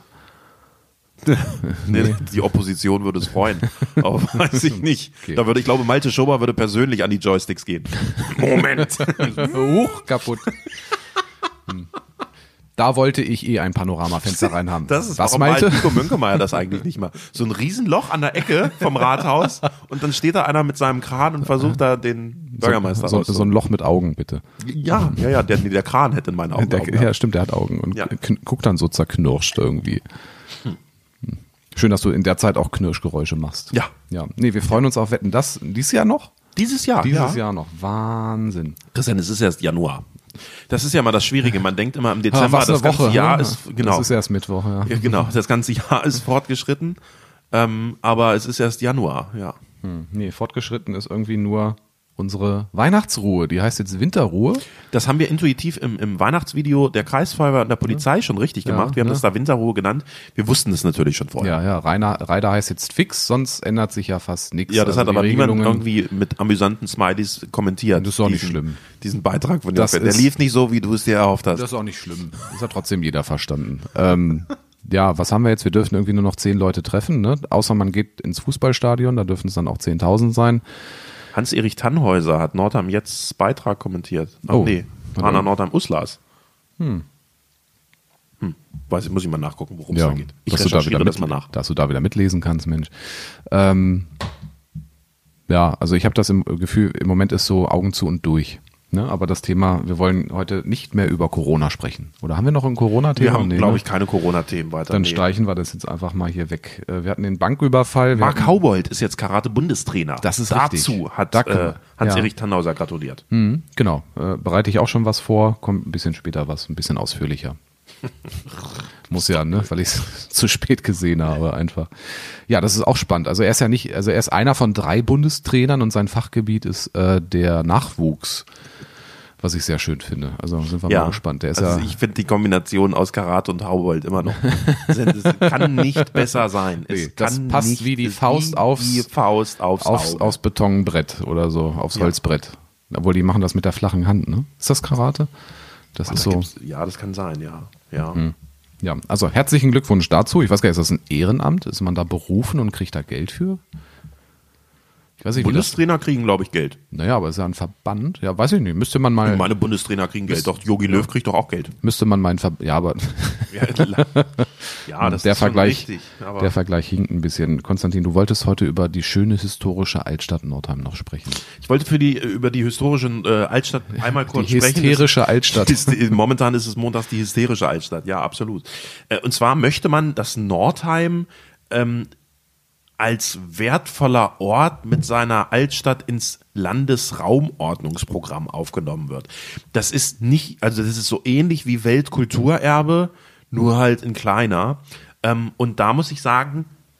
Speaker 1: Nee, die Opposition würde es freuen. Aber weiß ich nicht.
Speaker 2: Okay.
Speaker 1: Da würde, ich glaube, Malte Schober würde persönlich an die Joysticks gehen. Moment.
Speaker 2: Huch, kaputt. Hm. Da wollte ich eh ein Panoramafenster reinhaben.
Speaker 1: Das ist,
Speaker 2: Was,
Speaker 1: warum
Speaker 2: Malte?
Speaker 1: malt Nico Münkemeyer das eigentlich nicht mal? So ein Riesenloch an der Ecke vom Rathaus und dann steht da einer mit seinem Kran und versucht da den Bürgermeister
Speaker 2: so, so,
Speaker 1: rauszuholen.
Speaker 2: so ein Loch mit Augen, bitte.
Speaker 1: Ja, ja, ja, der, der Kran hätte in meinen Augen
Speaker 2: Der,
Speaker 1: Augen
Speaker 2: ja,
Speaker 1: gehabt.
Speaker 2: stimmt, der hat Augen und
Speaker 1: Ja.
Speaker 2: kn- guckt dann so zerknirscht irgendwie. Hm. Schön, dass du in der Zeit auch Knirschgeräusche machst.
Speaker 1: Ja.
Speaker 2: Ja. Nee, wir freuen uns auf Wetten. Das dieses Jahr noch?
Speaker 1: Dieses Jahr,
Speaker 2: Dieses
Speaker 1: ja.
Speaker 2: Jahr noch. Wahnsinn.
Speaker 1: Christian, es ist erst Januar. Das ist ja mal das Schwierige. Man denkt immer im
Speaker 2: Ah,
Speaker 1: Dezember,
Speaker 2: was
Speaker 1: das
Speaker 2: eine Woche.
Speaker 1: ganze Jahr
Speaker 2: ne?
Speaker 1: ist, genau.
Speaker 2: Das ist erst Mittwoch, ja.
Speaker 1: Ja, genau, das ganze Jahr ist fortgeschritten. Ähm, aber es ist erst Januar, ja.
Speaker 2: Hm. Nee, fortgeschritten ist irgendwie nur unsere Weihnachtsruhe. Die heißt jetzt Winterruhe.
Speaker 1: Das haben wir intuitiv im, im Weihnachtsvideo der Kreisfeuerwehr und der Polizei schon richtig
Speaker 2: Ja,
Speaker 1: gemacht. Wir haben
Speaker 2: ne?
Speaker 1: das da Winterruhe genannt. Wir wussten es natürlich schon vorher.
Speaker 2: Ja, ja. Rainer, Reider heißt jetzt fix, sonst ändert sich ja fast nichts.
Speaker 1: Ja, das
Speaker 2: Also
Speaker 1: hat
Speaker 2: die
Speaker 1: aber niemand
Speaker 2: Regelungen-
Speaker 1: irgendwie mit amüsanten Smileys kommentiert.
Speaker 2: Das ist auch nicht
Speaker 1: diesen,
Speaker 2: schlimm.
Speaker 1: Diesen Beitrag von
Speaker 2: Das
Speaker 1: der Der
Speaker 2: ist-
Speaker 1: lief nicht so, wie du es dir erhofft hast.
Speaker 2: Das ist auch nicht schlimm. Das hat trotzdem jeder verstanden. Ähm, ja, was haben wir jetzt? Wir dürfen irgendwie nur noch zehn Leute treffen, ne? Außer man geht ins Fußballstadion, da dürfen es dann auch zehntausend sein.
Speaker 1: Hans-Erich Tannhäuser hat Nordheim jetzt Beitrag kommentiert. Ach
Speaker 2: Oh.
Speaker 1: nee,
Speaker 2: Warte.
Speaker 1: Hanna Nordheim Uslas. Hm. Hm. Weiß ich, muss ich mal nachgucken, worum es
Speaker 2: Ja,
Speaker 1: da geht. Ich
Speaker 2: dass du da
Speaker 1: recherchiere
Speaker 2: wieder
Speaker 1: das
Speaker 2: mit,
Speaker 1: mal nach.
Speaker 2: dass du da wieder mitlesen kannst, Mensch. Ähm, ja, also ich habe das im Gefühl, im Moment ist so Augen zu und durch. Ne? Aber das Thema, wir wollen heute nicht mehr über Corona sprechen. Oder haben wir noch ein Corona-Thema?
Speaker 1: Wir haben,
Speaker 2: Nee,
Speaker 1: glaube
Speaker 2: ne?
Speaker 1: ich, keine Corona-Themen weiter.
Speaker 2: Dann
Speaker 1: Nee.
Speaker 2: streichen wir das jetzt einfach mal hier weg. Äh, Wir hatten den Banküberfall. Wir
Speaker 1: Mark
Speaker 2: hatten-
Speaker 1: Haubold ist jetzt Karate-Bundestrainer.
Speaker 2: Das ist
Speaker 1: Dazu
Speaker 2: richtig.
Speaker 1: hat
Speaker 2: Da können
Speaker 1: äh,
Speaker 2: wir-
Speaker 1: Hans-Erich Tannhauser gratuliert.
Speaker 2: Mhm, genau, äh, bereite ich auch schon was vor, kommt ein bisschen später was, ein bisschen ausführlicher. Muss ja, ne, weil ich es zu spät gesehen habe einfach. Ja, das ist auch spannend. Also er ist ja nicht, also er ist einer von drei Bundestrainern und sein Fachgebiet ist äh, der Nachwuchs, was ich sehr schön finde. Also sind wir mal gespannt. Der ist
Speaker 1: also
Speaker 2: ja,
Speaker 1: ich finde die Kombination aus Karate und Haubold immer noch. Das kann nicht besser sein. Es
Speaker 2: Nee, das
Speaker 1: kann
Speaker 2: passt
Speaker 1: nicht,
Speaker 2: wie die
Speaker 1: ist
Speaker 2: Faust
Speaker 1: wie
Speaker 2: aufs-
Speaker 1: die Faust aufs,
Speaker 2: aufs,
Speaker 1: Auge.
Speaker 2: aufs Betonbrett oder so, aufs
Speaker 1: Ja.
Speaker 2: Holzbrett. Obwohl die machen das mit der flachen Hand, ne? Ist das Karate? Das
Speaker 1: Ah,
Speaker 2: ist
Speaker 1: da
Speaker 2: so.
Speaker 1: gibt's- ja, das kann sein, ja. ja.
Speaker 2: Ja, also herzlichen Glückwunsch dazu. Ich weiß gar nicht, ist das ein Ehrenamt? Ist man da berufen und kriegt da Geld für? Ich weiß nicht, wie das,
Speaker 1: Bundestrainer kriegen, glaube ich, Geld.
Speaker 2: naja, aber ist ja ein Verband. Ja, weiß ich nicht. Müsste man mal,
Speaker 1: Meine Bundestrainer kriegen Geld. Doch, Jogi Löw kriegt doch auch Geld.
Speaker 2: müsste man mal ein Ver ja, aber
Speaker 1: Ja, das
Speaker 2: der
Speaker 1: ist schon
Speaker 2: Vergleich,
Speaker 1: richtig. Aber
Speaker 2: der Vergleich hinkt ein bisschen. Konstantin, du wolltest heute über die schöne historische Altstadt Nordheim noch sprechen.
Speaker 1: ich wollte für die über die historische äh, Altstadt einmal kurz
Speaker 2: Die
Speaker 1: sprechen.
Speaker 2: hysterische Altstadt.
Speaker 1: Ist, ist, momentan ist es montags die hysterische Altstadt. Ja, absolut. Äh, und zwar möchte man, dass Nordheim ähm, als wertvoller Ort mit seiner Altstadt ins Landesraumordnungsprogramm aufgenommen wird. Das ist nicht, also das ist so ähnlich wie Weltkulturerbe, nur halt in kleiner. Ähm, und da muss ich sagen,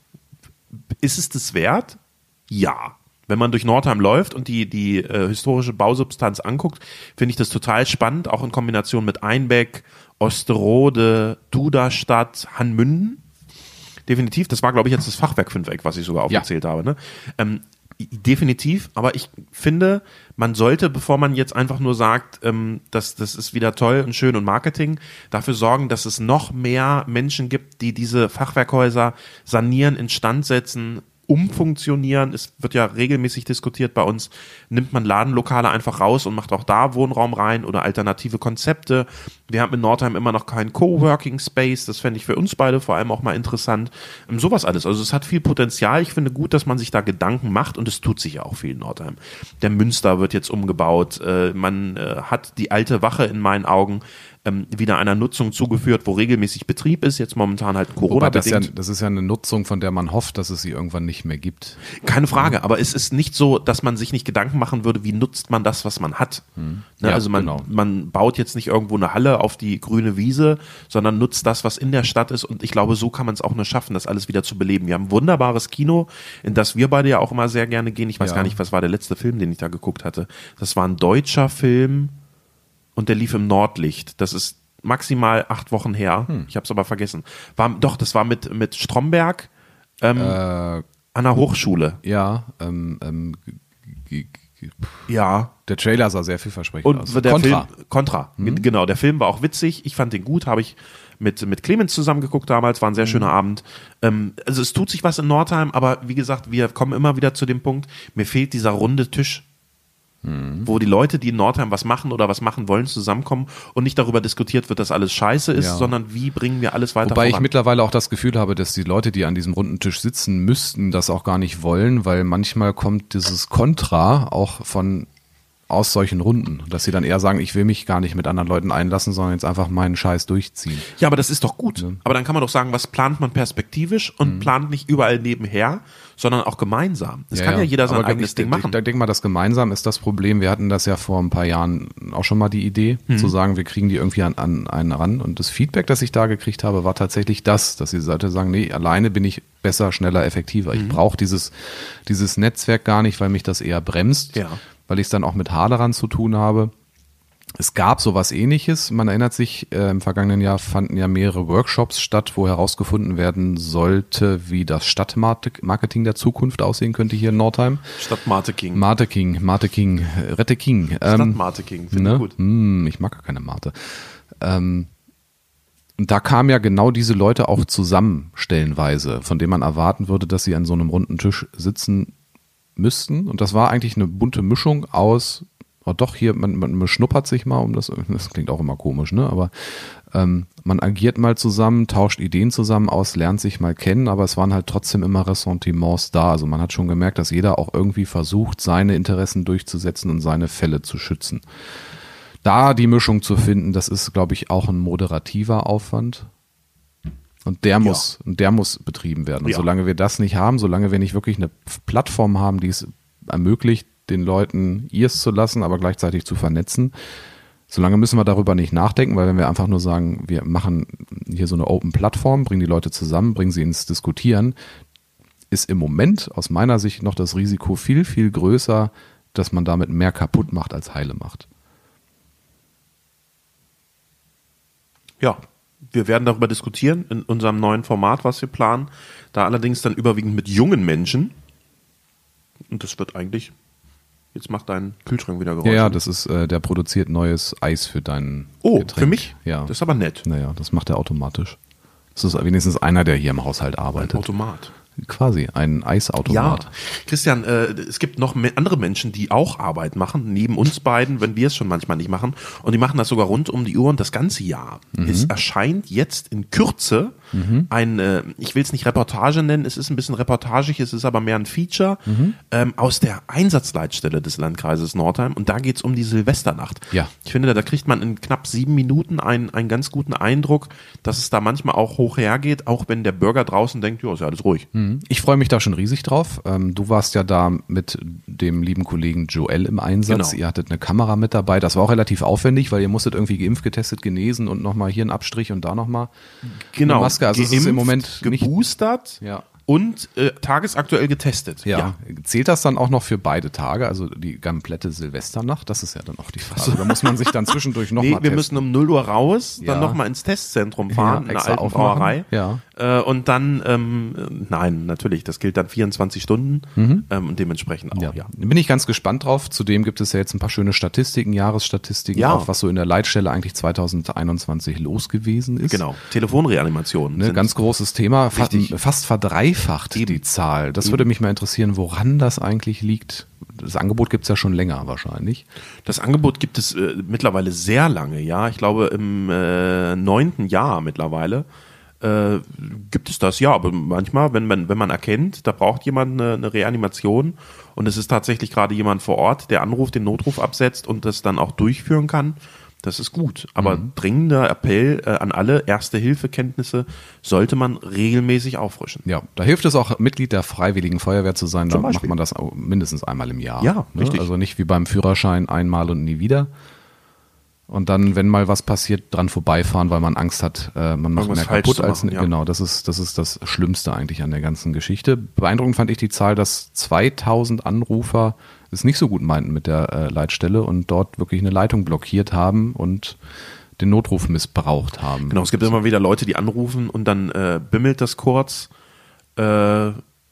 Speaker 1: ist es das wert? Ja. Wenn man durch Nordheim läuft und die, die äh, historische Bausubstanz anguckt, finde ich das total spannend, auch in Kombination mit Einbeck, Osterode, Duderstadt, Hanmünden. Definitiv, das war, glaube ich, jetzt das Fachwerk Fünfeck, was ich sogar aufgezählt ja. habe. Ne? Ähm, definitiv, aber ich finde, man sollte, bevor man jetzt einfach nur sagt, ähm, dass das ist wieder toll und schön und Marketing, dafür sorgen, dass es noch mehr Menschen gibt, die diese Fachwerkhäuser sanieren, instand setzen, umfunktionieren. Es wird ja regelmäßig diskutiert bei uns, nimmt man Ladenlokale einfach raus und macht auch da Wohnraum rein oder alternative Konzepte. Wir haben in Nordheim immer noch keinen Coworking Space, das fände ich für uns beide vor allem auch mal interessant. Ähm, sowas alles, also es hat viel Potenzial. Ich finde gut, dass man sich da Gedanken macht und es tut sich ja auch viel in Nordheim. Der Münster wird jetzt umgebaut, äh, man äh, hat die alte Wache in meinen Augen ähm, wieder einer Nutzung zugeführt, wo regelmäßig Betrieb ist, jetzt momentan halt
Speaker 2: Wobei das, ja,
Speaker 1: Corona-bedingt.
Speaker 2: das ist ja eine Nutzung, von der man hofft, dass es sie irgendwann nicht mehr gibt.
Speaker 1: Keine Frage, aber es ist nicht so, dass man sich nicht Gedanken machen würde, wie nutzt man das, was man hat. Ne,
Speaker 2: Ja,
Speaker 1: also man,
Speaker 2: genau.
Speaker 1: man baut jetzt nicht irgendwo eine Halle auf die grüne Wiese, sondern nutzt das, was in der Stadt ist, und ich glaube, so kann man es auch nur schaffen, das alles wieder zu beleben. Wir haben ein wunderbares Kino, in das wir beide ja auch immer sehr gerne gehen. Ich weiß
Speaker 2: Ja.
Speaker 1: gar nicht, was war der letzte Film, den ich da geguckt hatte. Das war ein deutscher Film und der lief im Nordlicht. Das ist maximal acht Wochen her.
Speaker 2: Hm.
Speaker 1: Ich habe es aber vergessen. War, doch, das war mit, mit Stromberg ähm,
Speaker 2: Äh,
Speaker 1: an der Hochschule.
Speaker 2: ja, ähm, ähm, g- g-
Speaker 1: Ja.
Speaker 2: der Trailer sah sehr vielversprechend
Speaker 1: Und
Speaker 2: aus.
Speaker 1: der
Speaker 2: Contra.
Speaker 1: Film, Contra, genau, der Film war auch witzig, ich fand den gut, habe ich mit, mit Clemens zusammen geguckt damals, war ein sehr schöner Abend. Ähm, also es tut sich was in Nordheim, aber wie gesagt, wir kommen immer wieder zu dem Punkt, mir fehlt dieser runde Tisch, wo die Leute, die in Nordheim was machen oder was machen wollen, zusammenkommen und nicht darüber diskutiert wird, dass alles scheiße ist,
Speaker 2: Ja.
Speaker 1: sondern wie bringen wir alles weiter
Speaker 2: Wobei ich
Speaker 1: voran.
Speaker 2: mittlerweile auch das Gefühl habe, dass die Leute, die an diesem runden Tisch sitzen, müssten das auch gar nicht wollen, weil manchmal kommt dieses Kontra auch von aus solchen Runden, dass sie dann eher sagen, ich will mich gar nicht mit anderen Leuten einlassen, sondern jetzt einfach meinen Scheiß durchziehen.
Speaker 1: Ja, aber das ist doch gut. Aber dann kann man doch sagen, was plant man perspektivisch und plant nicht überall nebenher, sondern auch gemeinsam. Es kann ja jeder sein
Speaker 2: Aber
Speaker 1: eigenes
Speaker 2: ich,
Speaker 1: Ding machen.
Speaker 2: Ich, ich denke mal, das gemeinsam ist das Problem. Wir hatten das ja vor ein paar Jahren auch schon mal die Idee,
Speaker 1: Mhm.
Speaker 2: zu sagen, wir kriegen die irgendwie an, an einen ran. Und das Feedback, das ich da gekriegt habe, war tatsächlich das, dass die Seite sagen, nee, alleine bin ich besser, schneller, effektiver.
Speaker 1: Mhm.
Speaker 2: Ich brauche dieses, dieses Netzwerk gar nicht, weil mich das eher bremst,
Speaker 1: Ja.
Speaker 2: weil ich es dann auch mit Haderern zu tun habe. Es gab sowas Ähnliches. Man erinnert sich, äh, im vergangenen Jahr fanden ja mehrere Workshops statt, wo herausgefunden werden sollte, wie das Stadtmarketing der Zukunft aussehen könnte hier in Nordheim.
Speaker 1: Stadt Marteking.
Speaker 2: Marteking, Marteking, äh, Rette King.
Speaker 1: Stadt
Speaker 2: Ähm,
Speaker 1: Marteking, finde ich
Speaker 2: ne?
Speaker 1: gut.
Speaker 2: Hm, ich mag gar keine Marte. Ähm, und da kamen ja genau diese Leute auch zusammen, stellenweise, von denen man erwarten würde, dass sie an so einem runden Tisch sitzen müssten. Und das war eigentlich eine bunte Mischung aus, oh doch, hier, man, man beschnuppert sich mal, um das, das klingt auch immer komisch, ne? Aber ähm, man agiert mal zusammen, tauscht Ideen zusammen aus, lernt sich mal kennen, aber es waren halt trotzdem immer Ressentiments da. Also man hat schon gemerkt, dass jeder auch irgendwie versucht, seine Interessen durchzusetzen und seine Fälle zu schützen. Da die Mischung zu finden, das ist, glaube ich, auch ein moderativer Aufwand. Und der muss, und der muss betrieben werden. Und
Speaker 1: Ja.
Speaker 2: solange wir das nicht haben, solange wir nicht wirklich eine Plattform haben, die es ermöglicht, den Leuten ihrs zu lassen, aber gleichzeitig zu vernetzen, solange müssen wir darüber nicht nachdenken, weil wenn wir einfach nur sagen, wir machen hier so eine Open-Plattform, bringen die Leute zusammen, bringen sie ins Diskutieren, ist im Moment aus meiner Sicht noch das Risiko viel, viel größer, dass man damit mehr kaputt macht als heile macht.
Speaker 1: Ja, wir werden darüber diskutieren in unserem neuen Format, was wir planen. Da allerdings dann überwiegend mit jungen Menschen. Und das wird eigentlich, jetzt macht dein Kühlschrank wieder Geräusche.
Speaker 2: Ja, ja, das ist, äh, der produziert neues Eis für dein
Speaker 1: Oh,
Speaker 2: Getränk.
Speaker 1: für mich?
Speaker 2: Ja.
Speaker 1: Das ist aber nett.
Speaker 2: Naja, das macht er automatisch. Das ist wenigstens einer, der hier im Haushalt
Speaker 1: Ein
Speaker 2: arbeitet.
Speaker 1: Automat.
Speaker 2: quasi ein Eisautomat.
Speaker 1: Ja, Christian, äh, es gibt noch me- andere Menschen, die auch Arbeit machen, neben uns beiden, wenn wir es schon manchmal nicht machen. Und die machen das sogar rund um die Uhr und das ganze Jahr. Mhm. Es erscheint jetzt in Kürze mhm. ein, äh, ich will es nicht Reportage nennen, es ist ein bisschen reportagig, es ist aber mehr ein Feature mhm. ähm, aus der Einsatzleitstelle des Landkreises Nordheim. Und da geht es um die Silvesternacht.
Speaker 2: Ja.
Speaker 1: Ich finde, da kriegt man in knapp sieben Minuten einen, einen ganz guten Eindruck, dass es da manchmal auch hoch hergeht, auch wenn der Bürger draußen denkt, ja, ist ja alles ruhig.
Speaker 2: Mhm. Ich freue mich da schon riesig drauf. Ähm, du warst ja da mit dem lieben Kollegen Joel im Einsatz.
Speaker 1: Genau.
Speaker 2: Ihr hattet eine Kamera mit dabei. Das war auch relativ aufwendig, weil ihr musstet irgendwie geimpft, getestet, genesen und nochmal hier einen Abstrich und da nochmal
Speaker 1: Genau.
Speaker 2: eine Maske. Also es ist im Moment nicht
Speaker 1: geboostert.
Speaker 2: Ja.
Speaker 1: Und äh, tagesaktuell getestet.
Speaker 2: Ja. ja. Zählt das dann auch noch für beide Tage, also die komplette Silvesternacht? Das ist ja dann auch die Frage. Da muss man sich dann zwischendurch nochmal
Speaker 1: nee,
Speaker 2: mal
Speaker 1: wir
Speaker 2: testen.
Speaker 1: müssen um null Uhr raus, dann
Speaker 2: Ja.
Speaker 1: nochmal ins Testzentrum fahren,
Speaker 2: Ja,
Speaker 1: in der
Speaker 2: extra
Speaker 1: alten
Speaker 2: aufmachen.
Speaker 1: Brauerei.
Speaker 2: Ja.
Speaker 1: Äh, und dann, ähm, nein, natürlich, das gilt dann vierundzwanzig Stunden
Speaker 2: Mhm.
Speaker 1: ähm, und dementsprechend auch, ja.
Speaker 2: Ja. Bin ich ganz gespannt drauf. Zudem gibt es ja jetzt ein paar schöne Statistiken, Jahresstatistiken,
Speaker 1: Ja.
Speaker 2: auch was so in der Leitstelle eigentlich zweitausendeinundzwanzig los gewesen ist.
Speaker 1: Genau, Telefonreanimationen.
Speaker 2: Ne,
Speaker 1: sind-
Speaker 2: ganz großes Thema, fa
Speaker 1: Richtig.
Speaker 2: fast verdreifacht
Speaker 1: Eben.
Speaker 2: die Zahl. Das
Speaker 1: Eben.
Speaker 2: würde mich mal interessieren, woran das eigentlich liegt. Das Angebot gibt es ja schon länger wahrscheinlich.
Speaker 1: Das Angebot gibt es äh, mittlerweile sehr lange, ja. Ich glaube im äh, neunten Jahr mittlerweile äh, gibt es das, ja. Aber manchmal, wenn man, wenn man erkennt, da braucht jemand eine, eine Reanimation und es ist tatsächlich gerade jemand vor Ort, der anruft, den Notruf absetzt und das dann auch durchführen kann, das ist gut. Aber
Speaker 2: Mhm.
Speaker 1: dringender Appell äh, an alle, Erste-Hilfe-Kenntnisse sollte man regelmäßig auffrischen.
Speaker 2: Ja, da hilft es auch, Mitglied der Freiwilligen Feuerwehr zu sein. Da
Speaker 1: Zum
Speaker 2: macht
Speaker 1: Beispiel.
Speaker 2: man das auch mindestens einmal im Jahr.
Speaker 1: Ja,
Speaker 2: ne?
Speaker 1: richtig.
Speaker 2: Also nicht wie beim Führerschein einmal und nie wieder. Und dann, wenn mal was passiert, dran vorbeifahren, weil man Angst hat, äh, man macht
Speaker 1: Irgendwas
Speaker 2: mehr
Speaker 1: falsch
Speaker 2: kaputt
Speaker 1: zu
Speaker 2: als
Speaker 1: machen, ja.
Speaker 2: genau. Das ist das ist das Schlimmste eigentlich an der ganzen Geschichte. Beeindruckend fand ich die Zahl, dass zweitausend Anrufer es nicht so gut meinten mit der äh, Leitstelle und dort wirklich eine Leitung blockiert haben und den Notruf missbraucht haben.
Speaker 1: Genau, es gibt immer wieder Leute, die anrufen und dann äh, bimmelt das kurz äh,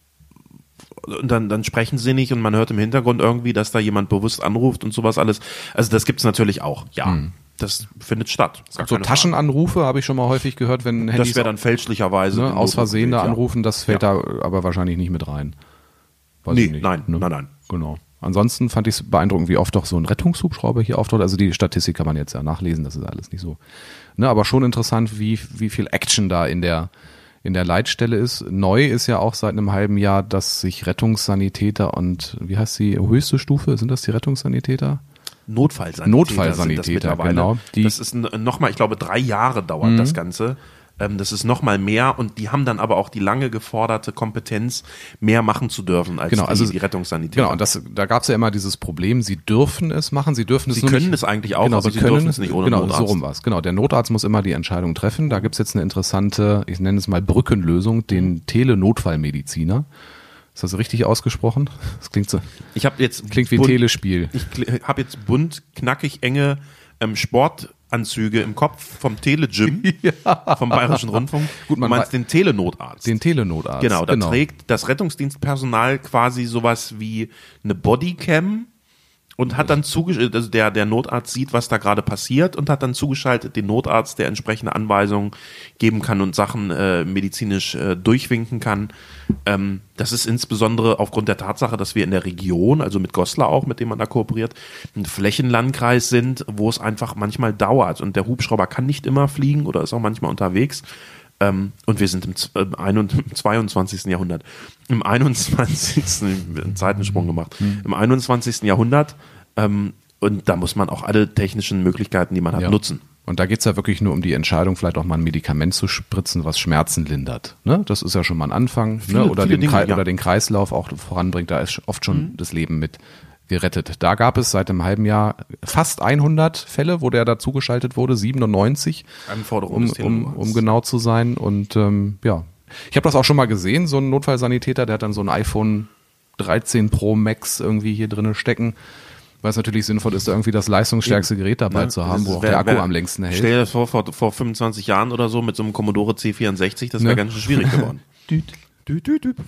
Speaker 1: und dann, dann sprechen sie nicht und man hört im Hintergrund irgendwie, dass da jemand bewusst anruft und sowas alles. Also das gibt's natürlich auch, ja. Das findet statt. Gar
Speaker 2: So
Speaker 1: keine
Speaker 2: Taschenanrufe habe ich schon mal häufig gehört, wenn
Speaker 1: Frage.
Speaker 2: Handys
Speaker 1: Das wäre dann fälschlicherweise
Speaker 2: ne,
Speaker 1: den
Speaker 2: aus
Speaker 1: Notruf
Speaker 2: Versehen da
Speaker 1: gewählt, ja.
Speaker 2: anrufen, das fällt
Speaker 1: Ja.
Speaker 2: da aber wahrscheinlich nicht mit rein. Weiß
Speaker 1: Nee,
Speaker 2: ich nicht,
Speaker 1: nein,
Speaker 2: ne?
Speaker 1: nein, nein.
Speaker 2: Genau. Ansonsten fand ich es beeindruckend, wie oft doch so ein Rettungshubschrauber hier auftaucht. Also die Statistik kann man jetzt ja nachlesen, das ist alles nicht so. Ne, aber schon interessant, wie, wie viel Action da in der, in der Leitstelle ist. Neu ist ja auch seit einem halben Jahr, dass sich Rettungssanitäter und, wie heißt die höchste Stufe? Sind das die Rettungssanitäter?
Speaker 1: Notfallsanitäter,
Speaker 2: Notfallsanitäter,
Speaker 1: sind das mittlerweile.
Speaker 2: genau. Die-
Speaker 1: das ist nochmal, ich glaube, drei Jahre dauert das Ganze. Ähm, das ist nochmal mehr und die haben dann aber auch die lange geforderte Kompetenz, mehr machen zu dürfen als
Speaker 2: Genau,
Speaker 1: die,
Speaker 2: also-
Speaker 1: die Rettungssanitäter.
Speaker 2: Genau, und das, da gab es ja immer dieses Problem, sie dürfen es machen, sie dürfen es
Speaker 1: Sie
Speaker 2: nur
Speaker 1: können
Speaker 2: nicht,
Speaker 1: es eigentlich auch,
Speaker 2: genau,
Speaker 1: aber
Speaker 2: sie
Speaker 1: sie
Speaker 2: können
Speaker 1: dürfen es nicht ohne
Speaker 2: genau,
Speaker 1: Notarzt.
Speaker 2: so rum war's. Genau, der Notarzt muss immer die Entscheidung treffen. Da gibt's jetzt eine interessante, ich nenne es mal Brückenlösung, den Telenotfallmediziner. Ist das richtig ausgesprochen? Das klingt so,
Speaker 1: Ich habe jetzt
Speaker 2: klingt wie ein
Speaker 1: bunt-
Speaker 2: Telespiel.
Speaker 1: Ich habe jetzt bunt, knackig, enge ähm, Sportanzüge im Kopf vom Telegym, vom Bayerischen Rundfunk.
Speaker 2: Gut, man
Speaker 1: du meinst
Speaker 2: wei-
Speaker 1: den Telenotarzt.
Speaker 2: Den Telenotarzt.
Speaker 1: Genau, da trägt das Rettungsdienstpersonal quasi sowas wie eine Bodycam und hat dann zugeschaltet, also der, der Notarzt sieht, was da gerade passiert und hat dann zugeschaltet den Notarzt, der entsprechende Anweisungen geben kann und Sachen äh, medizinisch äh, durchwinken kann. Ähm, das ist insbesondere aufgrund der Tatsache, dass wir in der Region, also mit Goslar auch, mit dem man da kooperiert, ein Flächenlandkreis sind, wo es einfach manchmal dauert und der Hubschrauber kann nicht immer fliegen oder ist auch manchmal unterwegs. Ähm, und wir sind im, Z- äh, ein- im zweiundzwanzigsten Jahrhundert. Im einundzwanzigsten einen Zeitensprung gemacht. Im einundzwanzigsten Jahrhundert. Ähm, und da muss man auch alle technischen Möglichkeiten, die man hat,
Speaker 2: Ja.
Speaker 1: nutzen.
Speaker 2: Und da geht's ja wirklich nur um die Entscheidung, vielleicht auch mal ein Medikament zu spritzen, was Schmerzen lindert. Ne? Das ist ja schon mal ein Anfang.
Speaker 1: Viele-
Speaker 2: ne? Oder,
Speaker 1: viele
Speaker 2: den
Speaker 1: Dinge,
Speaker 2: Krei-
Speaker 1: ja.
Speaker 2: oder den Kreislauf auch voranbringt. Da ist oft schon das Leben mit gerettet. Da gab es seit einem halben Jahr fast hundert Fälle, wo der dazugeschaltet wurde, siebenundneunzig,
Speaker 1: Anforderung
Speaker 2: um,
Speaker 1: des
Speaker 2: um,
Speaker 1: Telenotarzt.
Speaker 2: um genau zu sein. Und ähm, ja, ich habe das auch schon mal gesehen, so ein Notfallsanitäter, der hat dann so ein iPhone dreizehn Pro Max irgendwie hier drinne stecken, weil es natürlich sinnvoll ist, da irgendwie das leistungsstärkste Gerät dabei
Speaker 1: Ne?
Speaker 2: zu haben,
Speaker 1: Das
Speaker 2: wo
Speaker 1: ist-
Speaker 2: auch
Speaker 1: wer-
Speaker 2: der Akku
Speaker 1: wer-
Speaker 2: am längsten hält.
Speaker 1: Stell dir das vor, vor, vor fünfundzwanzig Jahren oder so mit so einem Commodore C vierundsechzig, das wäre
Speaker 2: Ne?
Speaker 1: ganz schön schwierig geworden.
Speaker 2: Düt.
Speaker 1: Düt, düt, düt.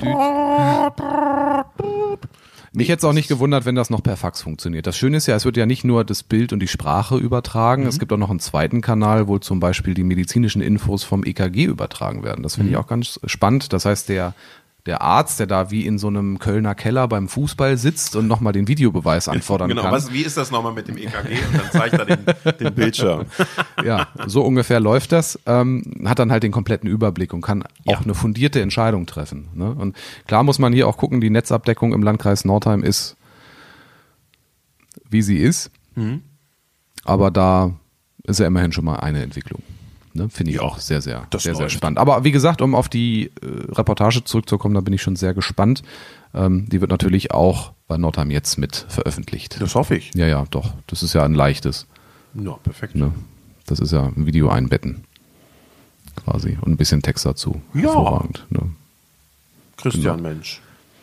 Speaker 2: Mich hätte es auch nicht gewundert, wenn das noch per Fax funktioniert. Das Schöne ist ja, es wird ja nicht nur das Bild und die Sprache übertragen,
Speaker 1: Mhm.
Speaker 2: es gibt auch noch einen zweiten Kanal, wo zum Beispiel die medizinischen Infos vom E K G übertragen werden. Das finde
Speaker 1: Mhm.
Speaker 2: ich auch ganz spannend. Das heißt, der der Arzt, der da wie in so einem Kölner Keller beim Fußball sitzt und nochmal den Videobeweis anfordern
Speaker 1: genau,
Speaker 2: kann.
Speaker 1: was, wie ist das nochmal mit dem E K G? Und dann zeigt er den, den Bildschirm.
Speaker 2: Ja, so ungefähr läuft das. Ähm, hat dann halt den kompletten Überblick und kann auch
Speaker 1: Ja.
Speaker 2: eine fundierte Entscheidung treffen. Ne? Und klar muss man hier auch gucken, die Netzabdeckung im Landkreis Nordheim ist, wie sie ist.
Speaker 1: Mhm.
Speaker 2: Aber da ist ja immerhin schon mal eine Entwicklung. Ne? Finde ich
Speaker 1: Ja,
Speaker 2: auch sehr, sehr,
Speaker 1: das
Speaker 2: sehr, sehr
Speaker 1: läuft.
Speaker 2: spannend. Aber wie gesagt, um auf die äh, Reportage zurückzukommen, da bin ich schon sehr gespannt. Ähm, die wird natürlich auch bei Nordheim jetzt mit veröffentlicht.
Speaker 1: Das hoffe ich.
Speaker 2: Ja, ja, doch. Das ist ja ein leichtes.
Speaker 1: Ja, perfekt.
Speaker 2: Ne? Das ist ja ein Video einbetten. Quasi. Und ein bisschen Text dazu.
Speaker 1: Ja.
Speaker 2: Hervorragend. Ne?
Speaker 1: Christian,
Speaker 2: Genau.
Speaker 1: Mensch.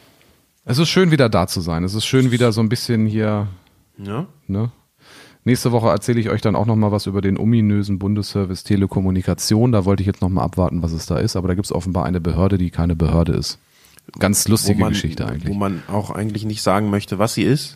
Speaker 2: Es ist schön, wieder da zu sein. Es ist schön, wieder so ein bisschen hier.
Speaker 1: Ja?
Speaker 2: Ne? Nächste Woche erzähle ich euch dann auch nochmal was über den ominösen Bundesservice Telekommunikation. Da wollte ich jetzt nochmal abwarten, was es da ist. Aber da gibt es offenbar eine Behörde, die keine Behörde ist. Ganz lustige
Speaker 1: wo man,
Speaker 2: Geschichte eigentlich.
Speaker 1: Wo man auch eigentlich nicht sagen möchte, was sie ist.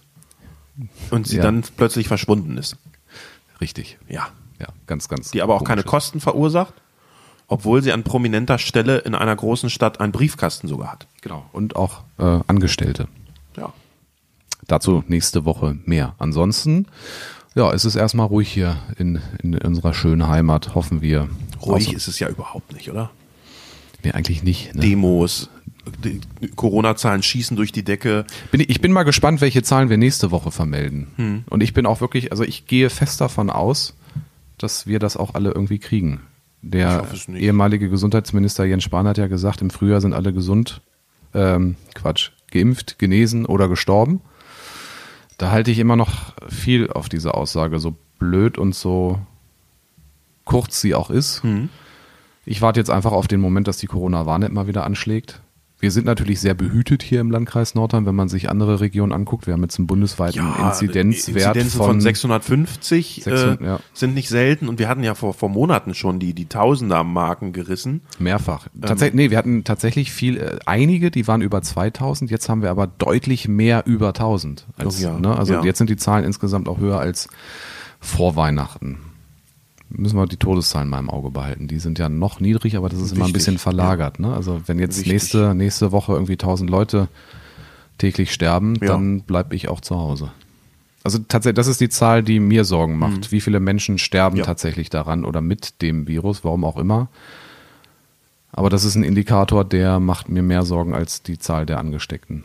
Speaker 1: Und sie
Speaker 2: Ja.
Speaker 1: dann plötzlich verschwunden ist.
Speaker 2: Richtig.
Speaker 1: Ja.
Speaker 2: Ja, ganz, ganz.
Speaker 1: Die aber auch keine
Speaker 2: komisches.
Speaker 1: Kosten verursacht, obwohl sie an prominenter Stelle in einer großen Stadt einen Briefkasten sogar hat.
Speaker 2: Genau. Und auch äh, Angestellte.
Speaker 1: Ja.
Speaker 2: Dazu nächste Woche mehr. Ansonsten, ja, es ist erstmal ruhig hier in, in unserer schönen Heimat, hoffen wir.
Speaker 1: Ruhig
Speaker 2: Außer-
Speaker 1: ist es ja überhaupt nicht, oder?
Speaker 2: Nee, eigentlich nicht. Ne?
Speaker 1: Demos, die Corona-Zahlen schießen durch die Decke.
Speaker 2: Bin ich, ich bin mal gespannt, welche Zahlen wir nächste Woche vermelden.
Speaker 1: Hm.
Speaker 2: Und ich bin auch wirklich, also ich gehe fest davon aus, dass wir das auch alle irgendwie kriegen.
Speaker 1: Ich
Speaker 2: Der
Speaker 1: hoffe es nicht.
Speaker 2: ehemalige Gesundheitsminister Jens Spahn hat ja gesagt, im Frühjahr sind alle gesund, ähm, Quatsch, geimpft, genesen oder gestorben. Da halte ich immer noch viel auf diese Aussage, so blöd und so kurz sie auch ist.
Speaker 1: Hm.
Speaker 2: Ich warte jetzt einfach auf den Moment, dass die Corona-Warn-App mal wieder anschlägt. Wir sind natürlich sehr behütet hier im Landkreis Nordheim, wenn man sich andere Regionen anguckt. Wir haben jetzt einen bundesweiten Inzidenzwert
Speaker 1: Inzidenzen
Speaker 2: von,
Speaker 1: von sechshundertfünfzig
Speaker 2: sechshundert,
Speaker 1: äh,
Speaker 2: ja.
Speaker 1: sind nicht selten und wir hatten ja vor, vor Monaten schon die, die Tausender-Marken gerissen.
Speaker 2: mehrfach. Tatsächlich, nee, wir hatten tatsächlich viel, äh, einige, die waren über zweitausend, jetzt haben wir aber deutlich mehr über tausend. Als,
Speaker 1: Oh ja,
Speaker 2: ne? Also
Speaker 1: ja.
Speaker 2: jetzt sind die Zahlen insgesamt auch höher als vor Weihnachten. Müssen wir die Todeszahlen mal im Auge behalten. Die sind ja noch niedrig, aber das ist immer ein
Speaker 1: Wichtig,
Speaker 2: bisschen verlagert. Ne? Also wenn jetzt
Speaker 1: Wichtig.
Speaker 2: nächste, nächste Woche irgendwie tausend Leute täglich sterben,
Speaker 1: Ja.
Speaker 2: dann bleibe ich auch zu Hause. Also tatsächlich, das ist die Zahl, die mir Sorgen macht. Wie viele Menschen sterben
Speaker 1: Mhm. Ja.
Speaker 2: tatsächlich daran oder mit dem Virus, warum auch immer. Aber das ist ein Indikator, der macht mir mehr Sorgen als die Zahl der Angesteckten.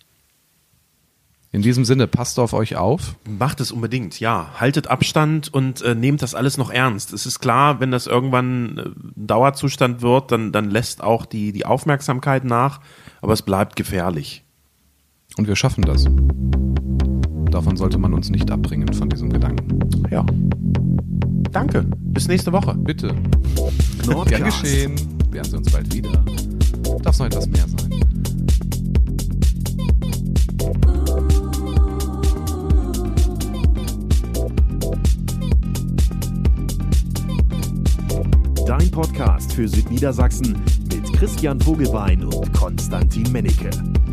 Speaker 2: In diesem Sinne, passt auf euch auf.
Speaker 1: Macht es unbedingt, ja. Haltet Abstand und äh, nehmt das alles noch ernst. Es ist klar, wenn das irgendwann äh, ein Dauerzustand wird, dann, dann lässt auch die, die Aufmerksamkeit nach, aber es bleibt gefährlich.
Speaker 2: Und wir schaffen das. Davon sollte man uns nicht abbringen, von diesem Gedanken.
Speaker 1: Ja. Danke. Bis nächste Woche.
Speaker 2: Bitte. Gern
Speaker 3: Nordcast.
Speaker 2: geschehen. Wir sehen uns bald wieder. Darf es noch etwas mehr sein?
Speaker 3: Dein Podcast für Südniedersachsen mit Christian Vogelwein und Konstantin Mennecke.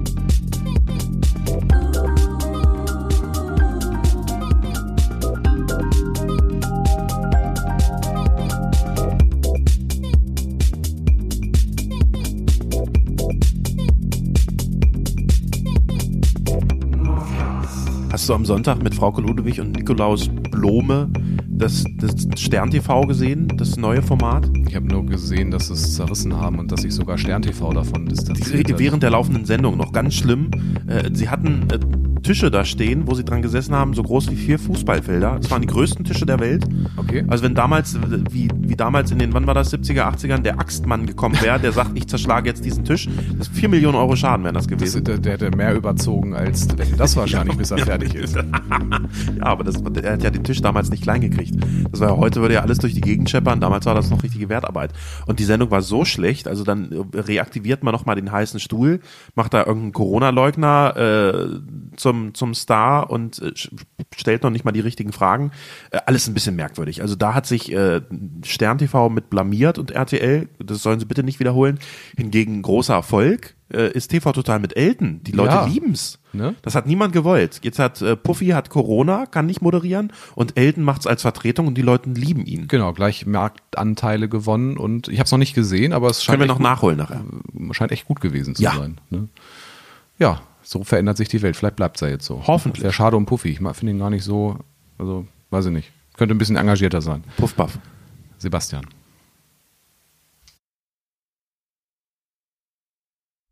Speaker 1: Hast du am Sonntag mit Frauke Ludewig und Nikolaus Blome das, das Stern T V gesehen, das neue Format?
Speaker 2: Ich habe nur gesehen, dass es zerrissen haben und dass sich sogar Stern T V davon distanziert hat.
Speaker 1: Während der laufenden Sendung noch ganz schlimm. Äh, sie hatten äh, Tische da stehen, wo sie dran gesessen haben, so groß wie vier Fußballfelder. Das waren die größten Tische der Welt.
Speaker 2: Okay.
Speaker 1: Also wenn damals, äh, wie, wie damals in den, wann war das, siebziger, achtzigern, der Axtmann gekommen wäre, der sagt, ich zerschlage jetzt diesen Tisch, das vier Millionen Euro Schaden wären das
Speaker 2: Das,
Speaker 1: gewesen.
Speaker 2: der, der hätte mehr überzogen als wenn das wahrscheinlich, bis er fertig ist.
Speaker 1: Ja, aber das, er hat ja den Tisch damals nicht klein gekriegt. Das war ja, heute würde ja alles durch die Gegend scheppern, damals war das noch richtige Wertarbeit. Und die Sendung war so schlecht, also dann reaktiviert man nochmal den heißen Stuhl, macht da irgendeinen Corona-Leugner äh, zum zum, zum Star und äh, stellt noch nicht mal die richtigen Fragen. Äh, alles ein bisschen merkwürdig. Also da hat sich äh, Stern T V mit blamiert und R T L, das sollen sie bitte nicht wiederholen. Hingegen großer Erfolg äh, ist T V Total mit Elton. Die Leute
Speaker 2: Ja.
Speaker 1: lieben's.
Speaker 2: Ne?
Speaker 1: Das hat niemand gewollt. Jetzt hat äh, Puffy hat Corona, kann nicht moderieren und Elton macht's als Vertretung und die Leute lieben ihn.
Speaker 2: Genau, gleich Marktanteile gewonnen und ich habe es noch nicht gesehen, aber es scheint
Speaker 1: Können wir
Speaker 2: echt
Speaker 1: noch nachholen nachher.
Speaker 2: gut, scheint echt gut gewesen zu
Speaker 1: Ja.
Speaker 2: sein. Ne? Ja, so verändert sich die Welt. Vielleicht bleibt es ja jetzt so.
Speaker 1: Hoffentlich.
Speaker 2: Wäre schade um Puffy. Ich finde ihn gar nicht so, also weiß ich nicht. Könnte ein bisschen engagierter sein.
Speaker 1: Puff, puff.
Speaker 2: Sebastian.